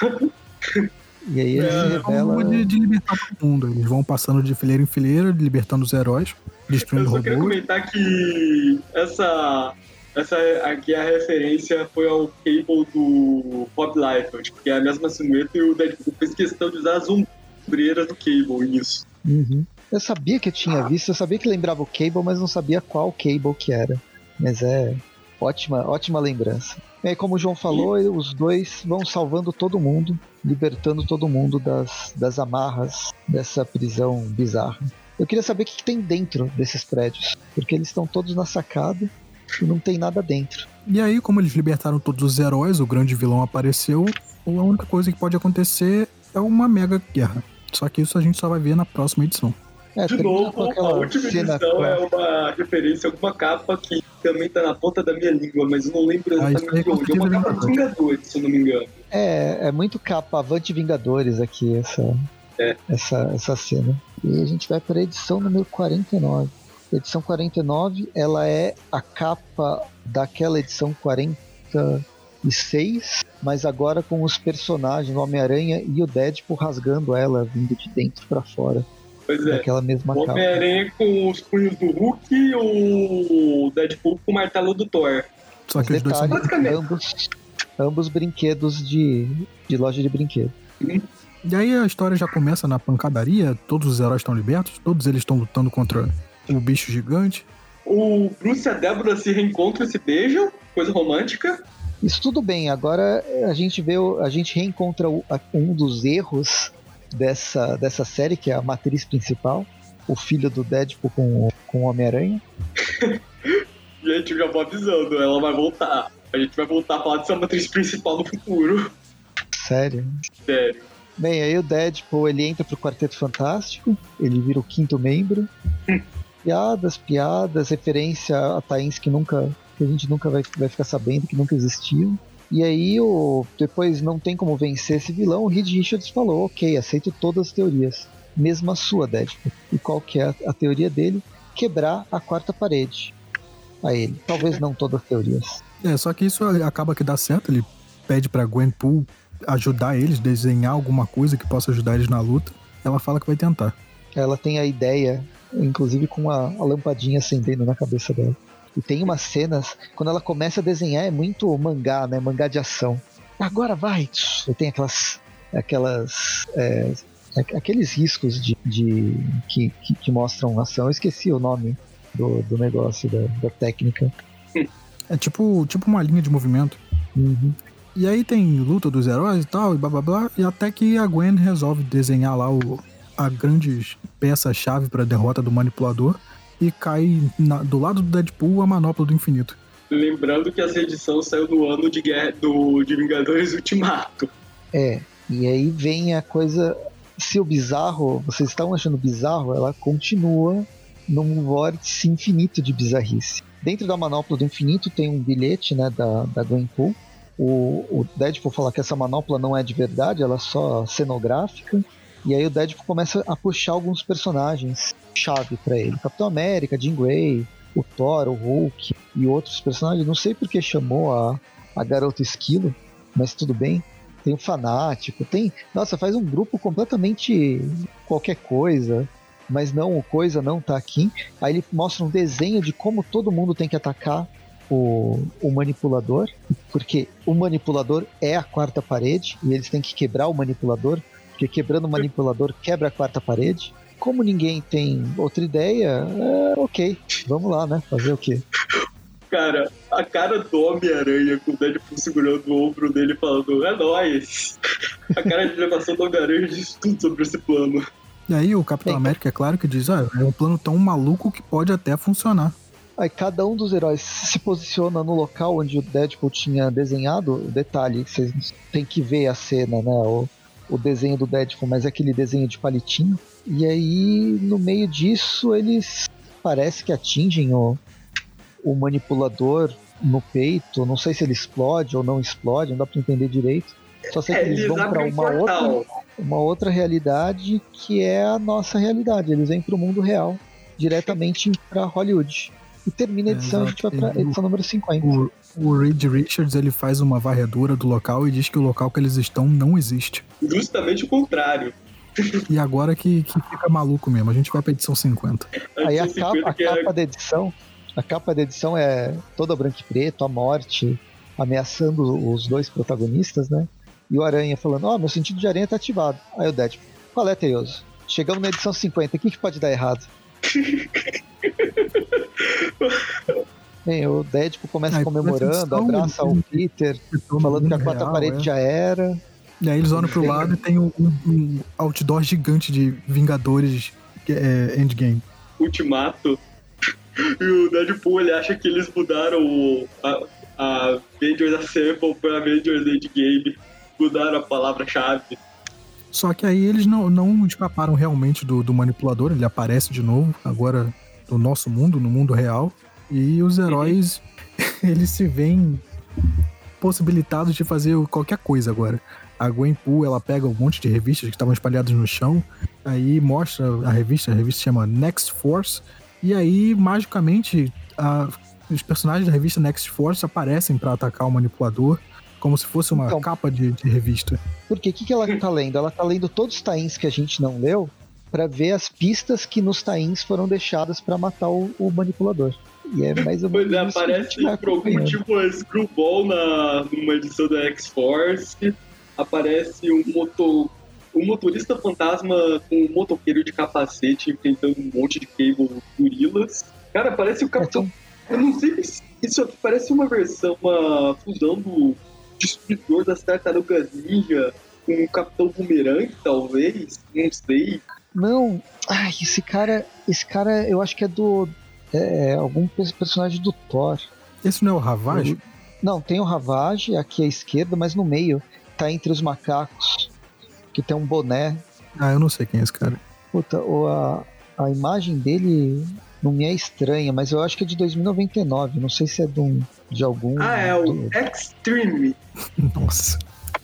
E aí ele é, se revela...
de, de libertar todo mundo. Eles vão passando de fileira em fileira, libertando os heróis, destruindo robôs.
Eu só queria comentar que essa, essa aqui a referência foi ao Cable do Pop Life, porque é a mesma silhueta e o Deadpool fez questão de usar as ombreiras do Cable nisso.
Uhum. Eu sabia que eu tinha visto, eu sabia que lembrava o Cable, mas não sabia qual Cable que era. Mas é ótima, ótima lembrança. E aí, como o João falou, e... os dois vão salvando todo mundo, libertando todo mundo das, das amarras dessa prisão bizarra. Eu queria saber o que, que tem dentro desses prédios, porque eles estão todos na sacada e não tem nada dentro.
E aí, como eles libertaram todos os heróis, o grande vilão apareceu, a única coisa que pode acontecer é uma mega guerra. Só que isso a gente só vai ver na próxima edição.
É,
de novo, a última edição é uma referência a alguma capa que também tá na ponta da minha língua, mas eu não lembro exatamente ah, onde. É uma capa de Vingadores, se eu não me engano.
É, é muito capa Avante Vingadores aqui, essa, é. essa, essa cena. E a gente vai para a edição número quarenta e nove. A edição quarenta e nove, ela é a capa daquela edição quarenta e seis, mas agora com os personagens, o Homem-Aranha e o Deadpool rasgando ela, vindo de dentro para fora.
Pois é,
daquela mesma
o Homem-Aranha com os punhos do Hulk e o Deadpool com o martelo do Thor.
Só que os dois são
ambos, ambos brinquedos de, de loja de brinquedos.
Uhum. E aí a história já começa na pancadaria, todos os heróis estão libertos, todos eles estão lutando contra o bicho gigante.
O Bruce e a Débora se reencontram e se beijam, coisa romântica.
Isso tudo bem, agora a gente vê, a gente reencontra um dos erros dessa, dessa série, que é a matriz principal, o filho do Deadpool com, com o Homem-Aranha.
Gente, eu já vou avisando, ela vai voltar. A gente vai voltar a falar dessa matriz principal no futuro.
Sério?
Sério.
Bem, aí o Deadpool, ele entra pro Quarteto Fantástico, ele vira o quinto membro. Piadas, piadas, referência a Thaís que nunca, que a gente nunca vai, vai ficar sabendo, que nunca existiu. E aí, o, depois não tem como vencer esse vilão, o Reed Richards falou, ok, aceito todas as teorias, mesmo a sua, Deadpool. E qual que é a, a teoria dele? Quebrar a quarta parede a ele. Talvez não todas as teorias.
É, só que isso acaba que dá certo, ele pede pra Gwenpool ajudar eles, desenhar alguma coisa que possa ajudar eles na luta. Ela fala que vai tentar.
Ela tem a ideia, inclusive com a, a lampadinha acendendo na cabeça dela. E tem umas cenas, quando ela começa a desenhar, é muito mangá, né? Mangá de ação. Agora vai! E tem aquelas... aquelas é, aqueles riscos de, de, que, que, que mostram ação. Eu esqueci o nome do, do negócio, da, da técnica.
É tipo, tipo uma linha de movimento.
Uhum.
E aí tem luta dos heróis e tal, e blá blá blá. E até que a Gwen resolve desenhar lá o, a grande peça-chave para a derrota do manipulador. E cai na, do lado do Deadpool a manopla do infinito.
Lembrando que essa edição saiu no ano de, guerra, do, de Vingadores Ultimato.
É, e aí vem a coisa... Se o bizarro, vocês estavam achando bizarro, ela continua num vórtice infinito de bizarrice. Dentro da manopla do infinito tem um bilhete, né, da, da Gwenpool. O, o Deadpool fala que essa manopla não é de verdade, ela é só cenográfica. E aí o Deadpool começa a puxar alguns personagens chave pra ele. Capitão América, Jean Grey, o Thor, o Hulk e outros personagens. Não sei porque chamou a, a Garota Esquilo, mas tudo bem. Tem o Fanático, tem... Nossa, faz um grupo completamente qualquer coisa, mas não, o coisa não tá aqui. Aí ele mostra um desenho de como todo mundo tem que atacar o, o manipulador, porque o manipulador é a quarta parede e eles têm que quebrar o manipulador, porque quebrando o manipulador quebra a quarta parede. Como ninguém tem outra ideia, é ok, vamos lá, né? Fazer o quê?
Cara, a cara do Homem-Aranha com o Deadpool segurando o ombro dele falando, é nóis! A cara de elevação do Homem-Aranha diz tudo sobre esse plano.
E aí o Capitão Bem, América, é claro que diz, ah, é um plano tão maluco que pode até funcionar.
Aí cada um dos heróis se posiciona no local onde o Deadpool tinha desenhado. O detalhe, vocês têm que ver a cena, né? O, o desenho do Deadpool, mas é aquele desenho de palitinho. E aí, no meio disso, eles parece que atingem o, o manipulador no peito. Não sei se ele explode ou não explode, não dá pra entender direito. Só sei que é, eles, eles vão pra uma outra, uma outra realidade que é a nossa realidade. Eles vêm pro mundo real, diretamente pra Hollywood. E termina a edição, é, a gente vai pra edição número cinquenta.
O, o Reed Richards, ele faz uma varredura do local e diz que o local que eles estão não existe.
Justamente o contrário.
E agora que, que fica maluco mesmo, a gente vai pra edição cinquenta.
Aí a capa, a capa da edição, a capa da edição é toda branco e preto, a morte ameaçando os dois protagonistas, né? E o Aranha falando, ó, oh, meu sentido de aranha tá ativado. Aí o Deadpool, qual é, Teioso? Chegamos na edição cinquenta, o que, que pode dar errado? Bem, o Deadpool começa
Aí,
comemorando, abraça o Peter, falando que a quarta
real,
parede
é.
já era.
E aí eles olham pro lado e tem um, um outdoor gigante de Vingadores é, Endgame.
Ultimato. E o Deadpool, ele acha que eles mudaram o, a, a Avengers Assemble pra Avengers Endgame. Mudaram a palavra-chave.
Só que aí eles não, não escaparam realmente do, do manipulador, ele aparece de novo, agora no nosso mundo, no mundo real. E os heróis, uhum. eles se veem possibilitados de fazer qualquer coisa agora. A Gwenpool, ela pega um monte de revistas que estavam espalhadas no chão, aí mostra a revista, a revista se chama Next Force, e aí, magicamente, a, os personagens da revista Next Force aparecem para atacar o manipulador, como se fosse uma então, capa de, de revista.
Por quê? O que, que ela tá lendo? Ela tá lendo todos os tains que a gente não leu para ver as pistas que nos tains foram deixadas para matar o, o manipulador. E é mais ou menos.
Pois é, aparece por algum motivo a Screwball na, numa edição da X-Force. Aparece um, motor, um motorista fantasma com um motoqueiro de capacete enfrentando um monte de Cable gorilas. Cara, parece o Capitão. É, então... Eu não sei se isso aqui parece uma versão, uma fusão do Destruidor das Tartarugas Ninja com o Capitão Boomerang, talvez. Não sei.
Não, ai, esse cara. Esse cara eu acho que é do. É, algum personagem do Thor.
Esse não é o Ravage?
Não, tem o Ravage aqui à esquerda, mas no meio tá entre os macacos, que tem um boné.
Ah, eu não sei quem é esse cara.
Puta, a, a imagem dele não me é estranha, mas eu acho que é de dois mil e noventa e nove, não sei se é de, um, de algum...
Ah, é o
do...
Extreme.
Nossa.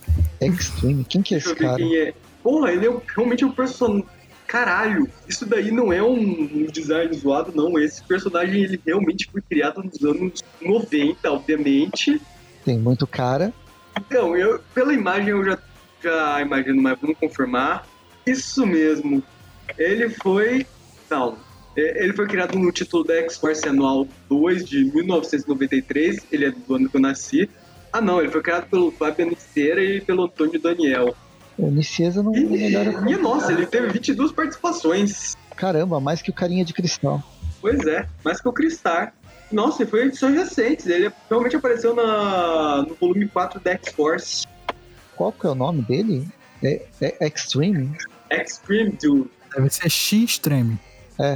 Extreme? Quem que é esse cara?
Quem é. Porra, ele é realmente um personagem... Caralho, isso daí não é um design zoado, não. Esse personagem, ele realmente foi criado nos anos noventa, obviamente.
Tem muito cara.
Então, eu, pela imagem eu já, já imagino, mas vamos confirmar. Isso mesmo. Ele foi... Não. Ele foi criado no título da X-Force Anual dois de mil novecentos e noventa e três. Ele é do ano que eu nasci. Ah, não. Ele foi criado pelo Fábio Aniceira e pelo Antônio Daniel.
O Nicieza não,
e,
não melhora.
E, nossa, ele teve vinte e duas participações.
Caramba, mais que o Carinha de Cristal.
Pois é, mais que o Cristar. Nossa, e foi edições recentes. Ele realmente apareceu na, no volume quatro da X-Force.
Qual que é o nome dele? É, é Extreme?
Extreme, dude.
Deve ser X-Extreme.
É,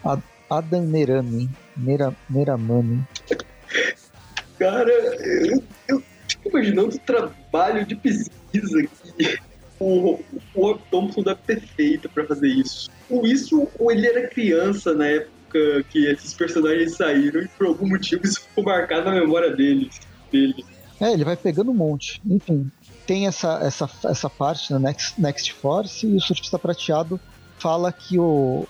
Adam Nerami. Nera, Neramani.
Cara, eu, eu fico imaginando o trabalho de pesquisa que o, o Rob Thompson deve ter feito pra fazer isso. Ou isso, ou ele era criança na época que esses personagens saíram e por algum motivo isso ficou marcado na memória dele. dele.
É, ele vai pegando um monte. Enfim, tem essa, essa, essa parte na Next, Next Force e o Surfista Prateado fala que o...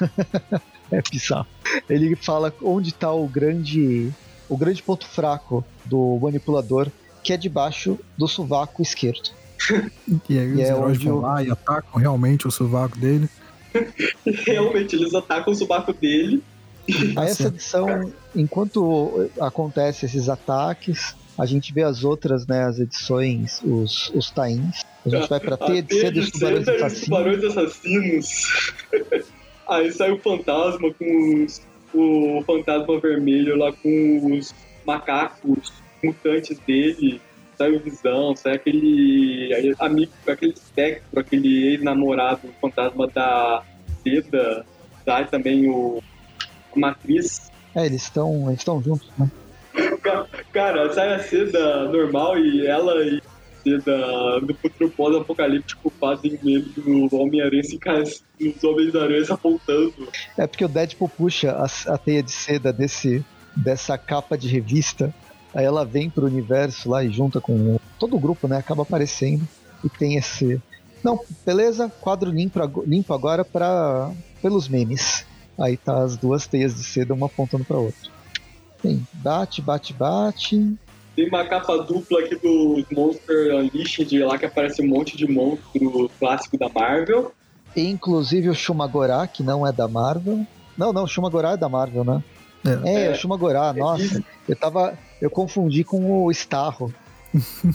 é bizarro. Ele fala onde tá o grande, o grande ponto fraco do manipulador, que é debaixo do sovaco esquerdo.
E aí os
e é
heróis
onde
vão
o...
lá e atacam realmente o sovaco dele.
Realmente, eles atacam o sovaco dele.
A essa edição, enquanto acontece esses ataques, a gente vê as outras, né, as edições, os, os tains. A gente vai pra Teia de Seda e os Tubarões Assassinos.
Tubarões Assassinos. Aí sai o fantasma com os, o fantasma vermelho lá com os macacos mutantes dele. Sai o Visão, sai aquele amigo, aquele espectro, aquele ex-namorado, o fantasma da Seda, sai também o a Matriz.
É, eles estão eles estão juntos, né?
Cara, sai a Seda normal e ela e a Seda do futuro pós-apocalíptico fazem medo do Homem-Aranha se os Homens-Aranhas apontando.
É porque o Deadpool puxa a, a teia de seda desse, dessa capa de revista. Aí ela vem pro universo lá e junta com todo o grupo, né? Acaba aparecendo e tem esse... Não, beleza, quadro limpo, limpo agora pra, pelos memes. Aí tá as duas teias de seda, uma apontando pra outra. Tem bate, bate, bate.
Tem uma capa dupla aqui do Monster Unleashed, lá que aparece um monte de monstro clássico da Marvel.
E, inclusive o Shumagorá, que não é da Marvel. Não, não, o Shumagorá é da Marvel, né? É, é, é o Shumagorá, nossa. Eu tava... Eu confundi com o Starro.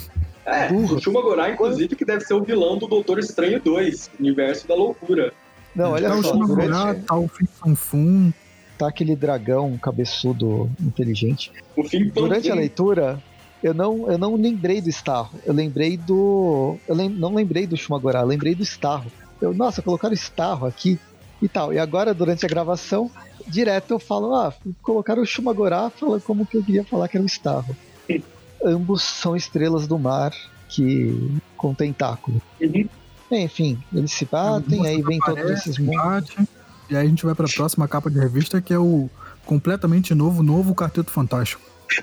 É, Burro. O Shumagorá, inclusive, que deve ser o vilão do Doutor Estranho dois, Universo da Loucura.
Não, olha
tá
só,
o Shumagorá,
durante...
tá o Fin Fum Fum.
Tá aquele dragão cabeçudo inteligente.
O fim
Durante a leitura, eu não, eu não lembrei do Starro. Eu lembrei do... Eu lem, não lembrei do Shumagorá, eu lembrei do Starro. Eu, nossa, colocaram Starro aqui e tal. E agora, durante a gravação, direto eu falo, ah, colocaram o Shumagorá, falando como que eu queria falar que era o Starro. Ambos são estrelas do mar que com tentáculo.
Uhum.
Enfim, eles se batem, aí vem todos esses mundos.
E aí a gente vai pra próxima capa de revista, que é o completamente novo, novo Quarteto Fantástico.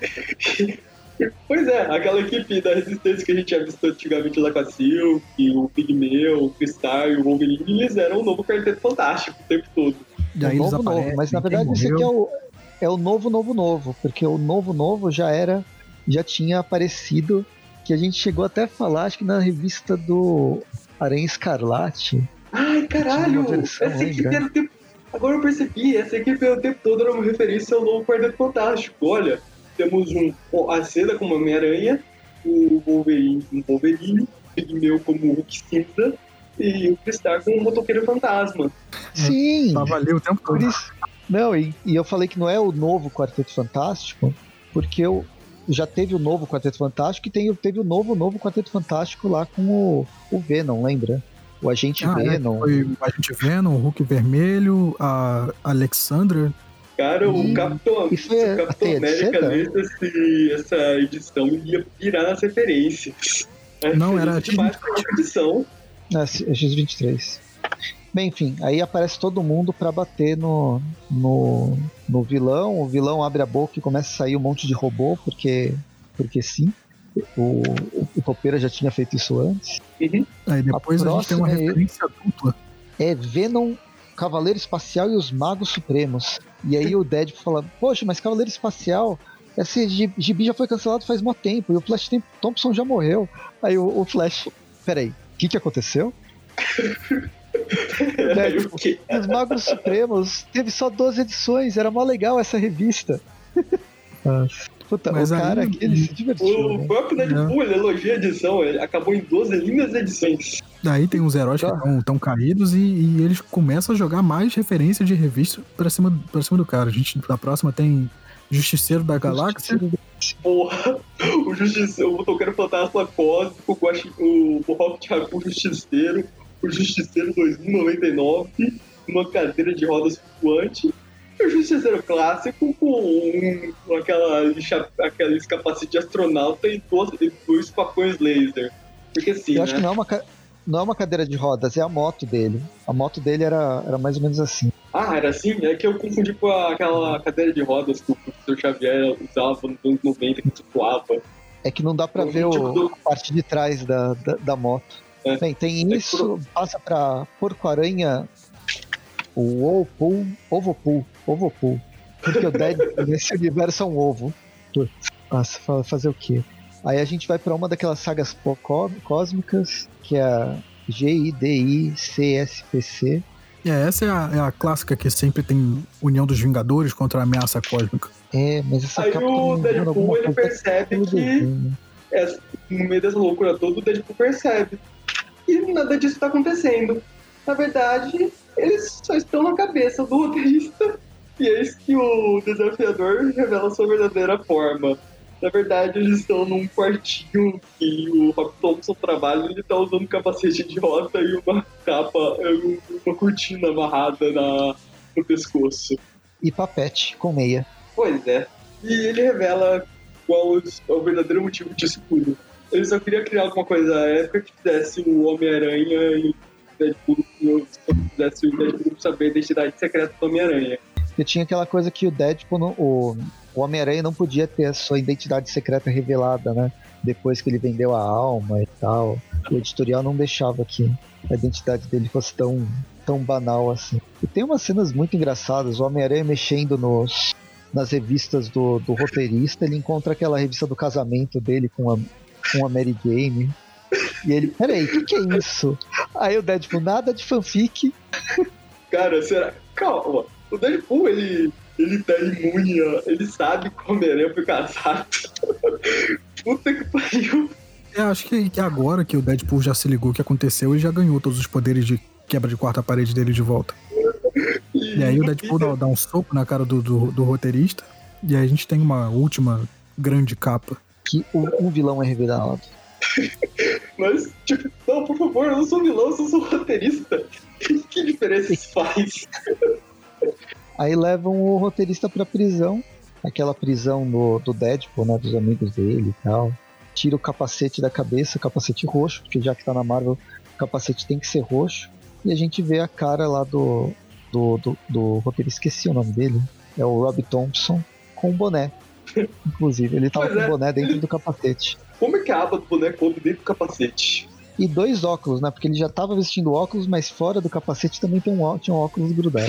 Pois é, aquela equipe da Resistência que a gente já visto antigamente lá com a Silk, o Pigmeu, o Crystal e o Wolverine, eles eram o novo Quarteto Fantástico o tempo todo.
E aí
o
eles
novo,
aparecem,
novo, mas na verdade
quem
esse aqui é
morreu.
o, é o novo, novo, novo, porque o novo, novo já era, já tinha aparecido, que a gente chegou até a falar, acho que na revista do Aranha Escarlate.
Ai, caralho!
Tinha uma versão,
Essa equipe
lembra?
era o tempo... Agora eu percebi, essa equipe era o tempo todo era uma referência ao novo Quarteto Fantástico. Olha, temos um, a Seda como Homem-Aranha, o Wolverine como Wolverine, o Pigmeu como Hulk Cinza e o Crystal como Motoqueiro Fantasma.
Sim!
Tava ali o tempo
Por
todo.
isso. Não, e, e eu falei que não é o novo Quarteto Fantástico, porque eu já teve o novo Quarteto Fantástico e tem, teve o novo, novo Quarteto Fantástico lá com o, o Venom, lembra? O Agente
Ah, é,
Venom.
foi o Agente Venom, o Hulk Vermelho, a Alexandra.
Cara, o
E-
Capitão,
e foi
se
a
o Capitão
teia de
América
seda?
lesse esse- essa edição, ele ia virar nas referências. É
Não, era
referência demais pra outra edição.
É X vinte e três. Bem, enfim, aí aparece todo mundo pra bater no, no, no vilão. O vilão abre a boca e começa a sair um monte de robô, porque, porque sim. O, o, o Topeira já tinha feito isso antes.
Uhum.
Aí depois a,
A
gente tem uma
próxima é-
referência dupla.
É Venom, Cavaleiro Espacial e os Magos Supremos. E aí o Deadpool fala, poxa, mas Cavaleiro Espacial, esse gi- gibi já foi cancelado faz mó tempo, e o Flash Tem- Thompson já morreu. Aí o, o Flash, peraí, o que que aconteceu?
Aí o quê?
E os Magos Supremos teve só doze edições, era mó legal essa revista. Puta,
Mas
o
aí-
cara aqui, ele se divertiu,
O
né?
próprio Deadpool, ele elogia a edição, ele acabou em doze lindas edições.
Daí tem os heróis que
Tá.
estão caídos e, e eles começam a jogar mais referência de revista pra cima, pra cima do cara. A gente, na próxima tem Justiceiro da Galáxia.
Porra, o Justiceiro, o Motoqueiro Fantasma Cósmico, o, Guaxi- o Rocket Raccoon Justiceiro, o Justiceiro dois mil e noventa e nove, uma cadeira de rodas flutuante, e o Justiceiro Clássico com, um, com aquela, cha- aquela capacete de astronauta e dois, e dois facões laser. Porque assim,
Eu
né?
acho que não é uma, ca- não é uma cadeira de rodas, é a moto dele. A moto dele era, era mais ou menos assim.
Ah, era assim? É que eu confundi com a- aquela cadeira de rodas que o professor Xavier usava nos anos noventa, que flutuava.
É que não dá pra
O
ver
tipo
o,
do-
a parte de trás da, da, da moto.
É.
Bem, tem
É
isso, passa pra Porco-Aranha, o Ovopool, Ovopool, Ovopool. Porque o Deadpool nesse universo é um ovo. Putz, Nossa, fa- fazer o quê? Aí a gente vai pra uma daquelas sagas pó- có- cósmicas, que é a G I D I C S P C.
É, essa é a, é a clássica que sempre tem união dos Vingadores contra a ameaça cósmica.
É, mas essa
Aí
capa tá
o
me lembrando
Deadpool,
alguma
ele
coisa
percebe
pelo
que
desenho.
é, no meio dessa loucura toda, o Deadpool percebe. E nada disso tá acontecendo. Na verdade, eles só estão na cabeça do roteirista. E é isso que o desafiador revela sua verdadeira forma. Na verdade, eles estão num quartinho que o Rob Thompson trabalha e ele tá usando um capacete de roda e uma capa, uma cortina amarrada na, no pescoço.
E papete com meia.
Pois é. E ele revela qual é o verdadeiro motivo disso tudo. Ele só queria criar alguma coisa épica que fizesse o Homem-Aranha e o Deadpool, que fizesse o Deadpool saber a identidade secreta do Homem-Aranha.
Porque tinha aquela coisa que o Deadpool, não- o, o Homem-Aranha não podia ter a sua identidade secreta revelada, né? Depois que ele vendeu a alma e tal. O editorial não deixava que a identidade dele fosse tão, tão banal assim. E tem umas cenas muito engraçadas. O Homem-Aranha mexendo nos, nas revistas do, do roteirista, ele encontra aquela revista do casamento dele com a, com a Mary Jane. E ele, peraí, o que, que é isso? Aí o Deadpool, nada de fanfic.
Cara, será? Calma. O Deadpool, ele, ele tá imune, ó. Ele sabe que o Homem-Aranha foi casado. Puta que pariu.
É, acho que, que agora que o Deadpool já se ligou o que aconteceu, ele já ganhou todos os poderes de quebra de quarta parede dele de volta. E aí o Deadpool dá, dá um soco na cara do, do, do roteirista. E aí a gente tem uma última grande capa.
Que um, um vilão é revelado.
Mas, tipo, não, por favor, eu não sou vilão, eu sou roteirista. Que diferença isso faz?
Aí levam o roteirista pra prisão. Aquela prisão do, do Deadpool, né? Dos amigos dele e tal. Tira o capacete da cabeça, capacete roxo, porque já que tá na Marvel, o capacete tem que ser roxo. E a gente vê a cara lá do, do, do, do roteirista, esqueci o nome dele. É o Rob Thompson, com um boné. Inclusive, ele tava pois com o é. boné dentro do capacete.
Como é que a aba do boné coube dentro do capacete?
E dois óculos, né? Porque ele já tava vestindo óculos, mas fora do capacete também tem um, tinha um óculos grudado.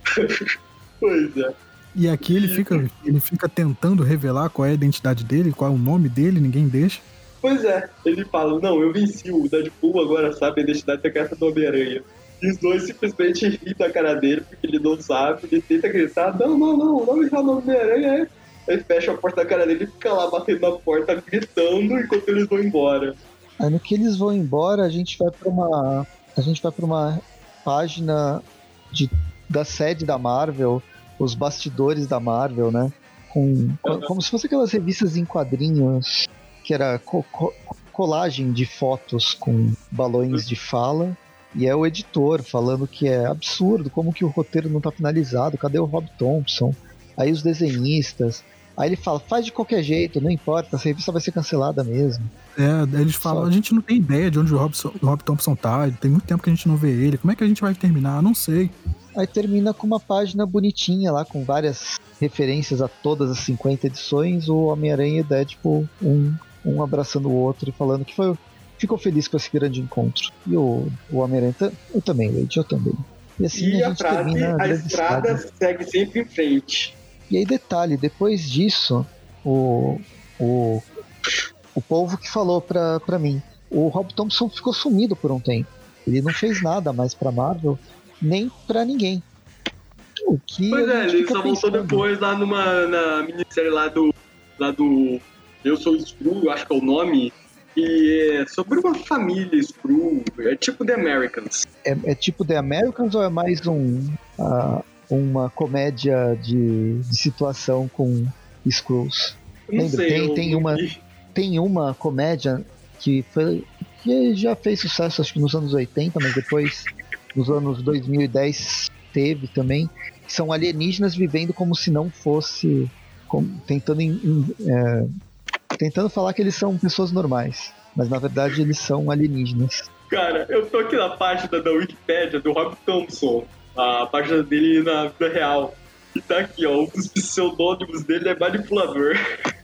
Pois é.
E aqui ele fica, ele fica tentando revelar qual é a identidade dele, qual é o nome dele, ninguém deixa.
Pois é, ele fala, não, eu venci o Deadpool, agora sabe a identidade secreta do Homem-Aranha. E os dois simplesmente riem da cara dele, porque ele não sabe, ele tenta gritar, não, não, não, o nome do Homem-Aranha é... Aí fecha a porta da cara dele e fica lá batendo na porta, gritando, enquanto eles vão embora.
Aí no que eles vão embora, a gente vai pra uma... A gente vai pra uma página de, da sede da Marvel, os bastidores da Marvel, né? Com, uhum. Como se fosse aquelas revistas em quadrinhos, que era co- co- colagem de fotos com balões de fala, e é o editor falando que é absurdo, como que o roteiro não tá finalizado, cadê o Rob Thompson? Aí os desenhistas, aí ele fala, faz de qualquer jeito, não importa, essa revista vai ser cancelada mesmo.
É, eles falam, Só. a gente não tem ideia de onde o Rob, o Rob Thompson tá, tem muito tempo que a gente não vê ele, como é que a gente vai terminar? Não sei. Aí
termina com uma página bonitinha lá, com várias referências a todas as cinquenta edições, o Homem-Aranha e o Deadpool, um, um abraçando o outro e falando que foi, ficou feliz com esse grande encontro. E o, o Homem-Aranha, eu também, Leite, eu também. E assim
e
a,
a
gente
frase,
termina a,
a estrada
saga.
Segue sempre em frente.
E aí detalhe, depois disso, o, o, o povo que falou pra, pra mim, o Rob Thompson ficou sumido por um tempo. Ele não fez nada mais pra Marvel, nem pra ninguém. O que
pois é, ele só
pensando.
voltou depois lá numa na minissérie lá do, lá do Eu Sou Skrull, acho que é o nome, e é sobre uma família Skrull, é tipo The Americans.
É, é tipo The Americans ou é mais um, uh, uma comédia de, de situação com Skrulls?
Não
Lembra?
sei,
tem, tem, uma, tem uma comédia que, foi, que já fez sucesso acho que nos anos oitenta, mas depois nos anos dois mil e dez teve também, que são alienígenas vivendo como se não fosse, como, tentando, em, em, é, tentando falar que eles são pessoas normais, mas na verdade eles são alienígenas.
Cara, eu tô aqui na página da Wikipédia do Rob Thompson, a página dele na vida real, e tá aqui, ó, um dos pseudônimos dele é Manipulador.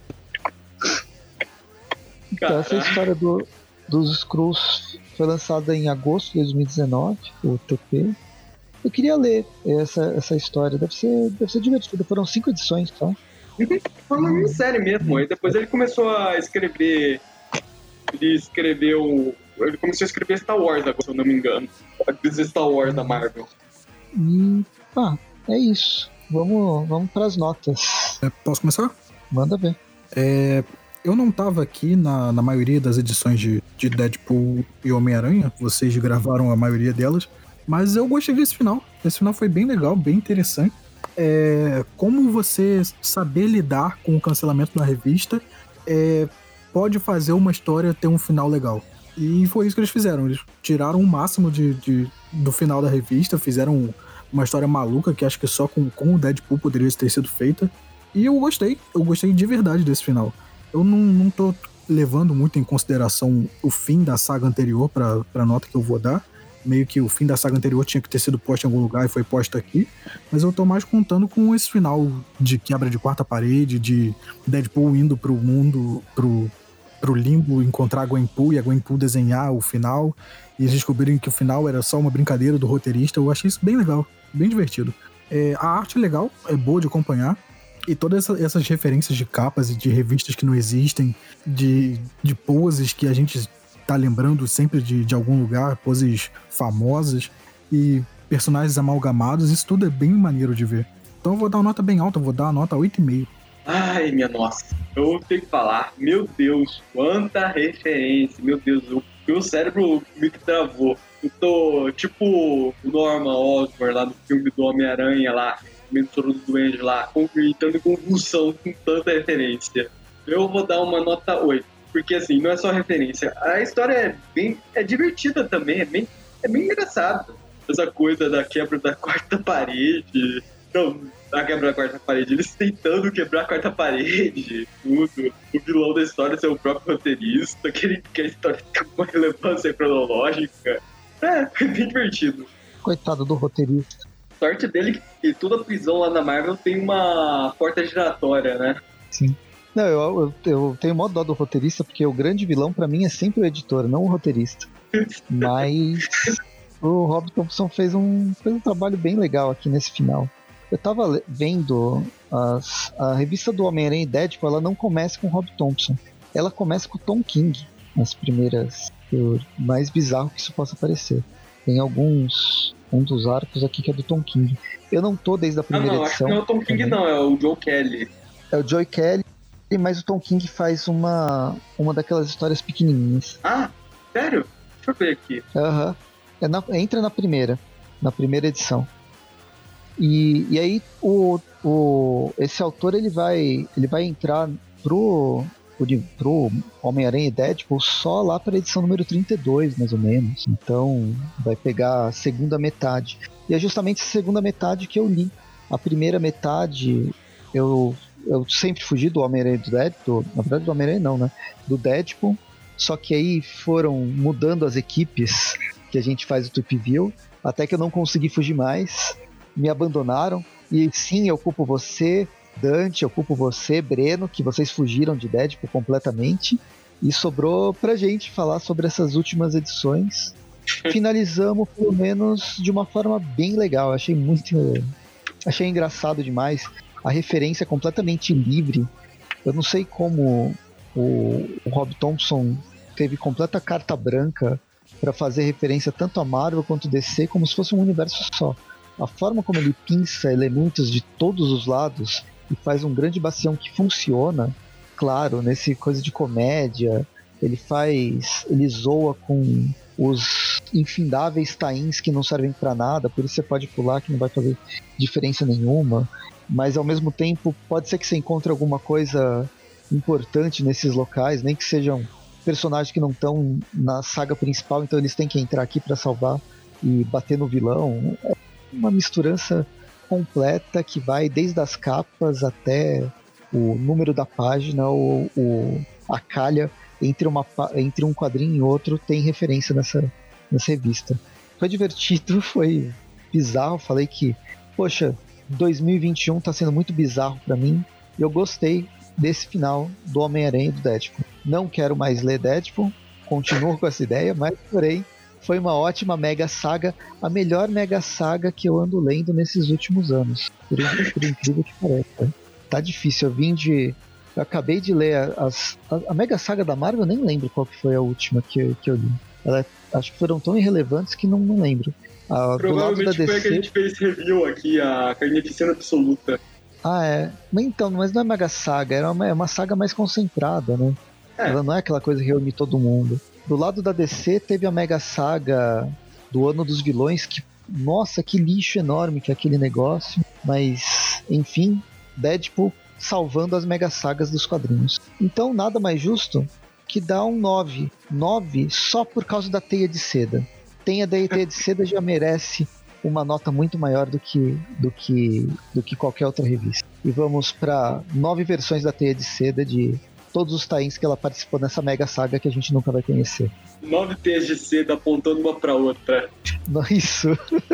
Então, essa história do, dos Skrulls foi lançada em agosto de dois mil e dezenove, o T P. Eu queria ler essa, essa história, deve ser, deve ser divertido. Foram cinco edições só.
Foi uma minissérie mesmo, aí depois ele começou a escrever. Ele escreveu. Ele começou a escrever Star Wars agora, se eu não me engano. A Star Wars da Marvel.
E. Ah, é isso. Vamos, vamos pras notas.
É, posso começar?
Manda ver.
É. Eu não tava aqui na, na maioria das edições de, de Deadpool e Homem-Aranha, vocês gravaram a maioria delas, mas eu gostei desse final. Esse final foi bem legal, bem interessante. É, como você saber lidar com o cancelamento da revista é, pode fazer uma história ter um final legal. E foi isso que eles fizeram. Eles tiraram o máximo de, de, do final da revista, fizeram uma história maluca que acho que só com, com o Deadpool poderia ter sido feita. E eu gostei, eu gostei de verdade desse final. Eu não, não tô levando muito em consideração o fim da saga anterior pra, pra nota que eu vou dar. Meio que o fim da saga anterior tinha que ter sido posto em algum lugar e foi posto aqui. Mas eu tô mais contando com esse final de quebra de quarta parede, de Deadpool indo pro mundo, pro, pro limbo, encontrar a Gwenpool e a Gwenpool desenhar o final. E eles descobrirem que o final era só uma brincadeira do roteirista. Eu achei isso bem legal, bem divertido. É, a arte é legal, é boa de acompanhar. E todas essa, essas referências de capas e de revistas que não existem, de, de poses que a gente tá lembrando sempre de, de algum lugar, poses famosas e personagens amalgamados, isso tudo é bem maneiro de ver. Então eu vou dar uma nota bem alta, eu vou dar uma nota oito vírgula cinco.
Ai, minha nossa, eu tenho que falar, meu Deus, quanta referência, meu Deus, o meu cérebro meio que travou. Eu tô tipo o Norman Osborn lá no filme do Homem-Aranha lá, Mentor do Duende lá, entrando em convulsão com tanta referência. Eu vou dar uma nota oito, porque assim, não é só referência. A história é bem é divertida também, é bem, é bem engraçada. Essa coisa da quebra da quarta parede. Não, a quebra da quarta parede, eles tentando quebrar a quarta parede, tudo. O vilão da história ser o próprio roteirista, querendo que a história tenha uma relevância cronológica. É, foi bem divertido.
Coitado do roteirista.
Sorte dele que toda a prisão lá na Marvel tem uma porta giratória, né?
Sim. Não, eu, eu, eu tenho mó dó do roteirista, porque o grande vilão pra mim é sempre o editor, não o roteirista. Mas o Rob Thompson fez um, fez um trabalho bem legal aqui nesse final. Eu tava vendo as, a revista do Homem-Aranha e Deadpool, ela não começa com o Rob Thompson. Ela começa com o Tom King, nas primeiras, por mais bizarro que isso possa parecer. Tem alguns, um dos arcos aqui que é do Tom King. Eu não tô desde a primeira
ah, não,
edição.
Acho que não é o Tom King
também.
Não, é o Joe Kelly.
É o Joe Kelly, mas o Tom King faz uma, uma daquelas histórias pequenininhas.
Ah, sério? Deixa eu ver aqui.
Aham. Uhum. É entra na primeira, na primeira edição. E, e aí o, o, esse autor ele vai, ele vai entrar pro, pro, pro Homem-Aranha e Deadpool só lá para a edição número trinta e dois, mais ou menos. Então vai pegar a segunda metade. E é justamente a segunda metade que eu li. A primeira metade eu, eu sempre fugi do Homem-Aranha e do Deadpool. Na verdade do Homem-Aranha não, né? Do Deadpool. Só que aí foram mudando as equipes que a gente faz o Tweep View, até que eu não consegui fugir mais. Me abandonaram, e sim, eu culpo você, Dante, eu culpo você, Breno, que vocês fugiram de Deadpool completamente, e sobrou pra gente falar sobre essas últimas edições. Finalizamos, pelo menos, de uma forma bem legal, achei muito, achei engraçado demais, a referência é completamente livre, eu não sei como o, o Rob Thompson teve completa carta branca para fazer referência tanto a Marvel quanto a D C, como se fosse um universo só. A forma como ele pinça elementos de todos os lados e faz um grande bastião que funciona, claro, nesse coisa de comédia, ele faz, ele zoa com os infindáveis tains que não servem para nada, por isso você pode pular que não vai fazer diferença nenhuma, mas ao mesmo tempo pode ser que você encontre alguma coisa importante nesses locais, nem que sejam personagens que não estão na saga principal, então eles têm que entrar aqui para salvar e bater no vilão. É uma misturança completa que vai desde as capas até o número da página, ou, ou a calha entre, uma, entre um quadrinho e outro tem referência nessa, nessa revista. Foi divertido, foi bizarro, falei que, poxa, dois mil e vinte e um tá sendo muito bizarro para mim, e eu gostei desse final do Homem-Aranha e do Deadpool. Não quero mais ler Deadpool, continuo com essa ideia, mas porém foi uma ótima mega saga, a melhor mega saga que eu ando lendo nesses últimos anos, por, por incrível que pareça. Tá difícil, eu vim de... Eu acabei de ler as, a, a mega saga da Marvel, eu nem lembro qual que foi a última que eu, que eu li. Ela, acho que foram tão irrelevantes que não, não lembro. Ah,
provavelmente do lado da D C, foi a que a gente fez review aqui, a Carnificina Absoluta.
Ah, é. Mas então, mas não é mega saga, era uma, é uma saga mais concentrada, né? É. Ela não é aquela coisa que reúne todo mundo. Do lado da D C teve a mega saga do Ano dos Vilões, que, nossa, que lixo enorme que é aquele negócio. Mas, enfim, Deadpool salvando as mega sagas dos quadrinhos. Então, nada mais justo que dar um nove. nove só por causa da Teia de Seda. Tem a Teia de Seda já merece uma nota muito maior do que, do que, do que qualquer outra revista. E vamos para nove versões da Teia de Seda de todos os tains que ela participou nessa mega saga que a gente nunca vai conhecer.
Nove teias de seda apontando uma para outra.
Isso.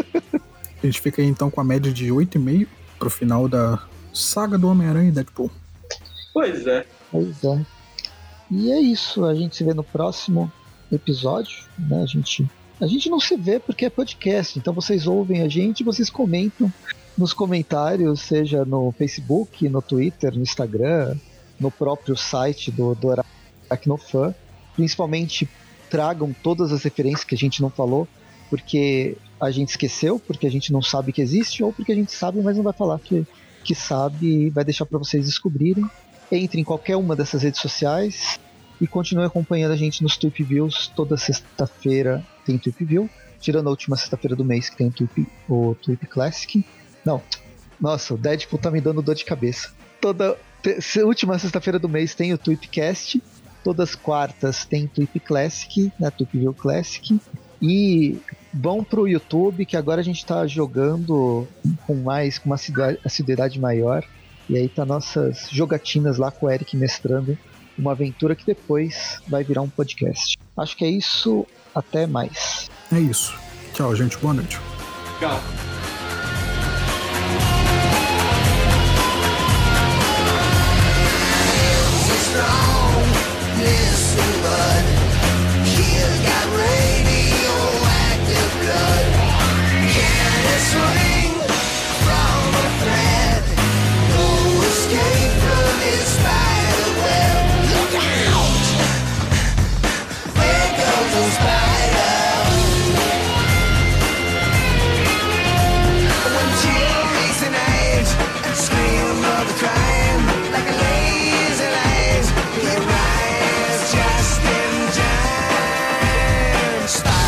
A gente fica aí então com a média de oito vírgula cinco pro final da saga do Homem-Aranha e Deadpool.
Pois é.
Pois é. E é isso, a gente se vê no próximo episódio, né? A gente, a gente não se vê porque é podcast, então vocês ouvem a gente e vocês comentam nos comentários, seja no Facebook, no Twitter, no Instagram, no próprio site do, do Aracnofan. Principalmente tragam todas as referências que a gente não falou, porque a gente esqueceu, porque a gente não sabe que existe, ou porque a gente sabe, mas não vai falar que, que sabe e vai deixar para vocês descobrirem. Entre em qualquer uma dessas redes sociais e continue acompanhando a gente nos Tweep Views. Toda sexta-feira tem Tweep View. tirando a última sexta-feira do mês que tem o Tweep, o Tweep Classic. Não, nossa, o Deadpool tá me dando dor de cabeça. Toda te, última sexta-feira do mês tem o Tweepcast, todas as quartas tem Tweep Classic, né, Tweepville Classic, e vão pro YouTube, que agora a gente tá jogando com mais, com uma assiduidade maior, e aí tá nossas jogatinas lá com o Eric mestrando uma aventura que depois vai virar um podcast. Acho que é isso, até mais.
É isso. Tchau, gente, boa noite.
Tchau.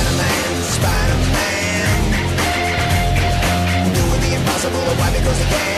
Why? Because he can.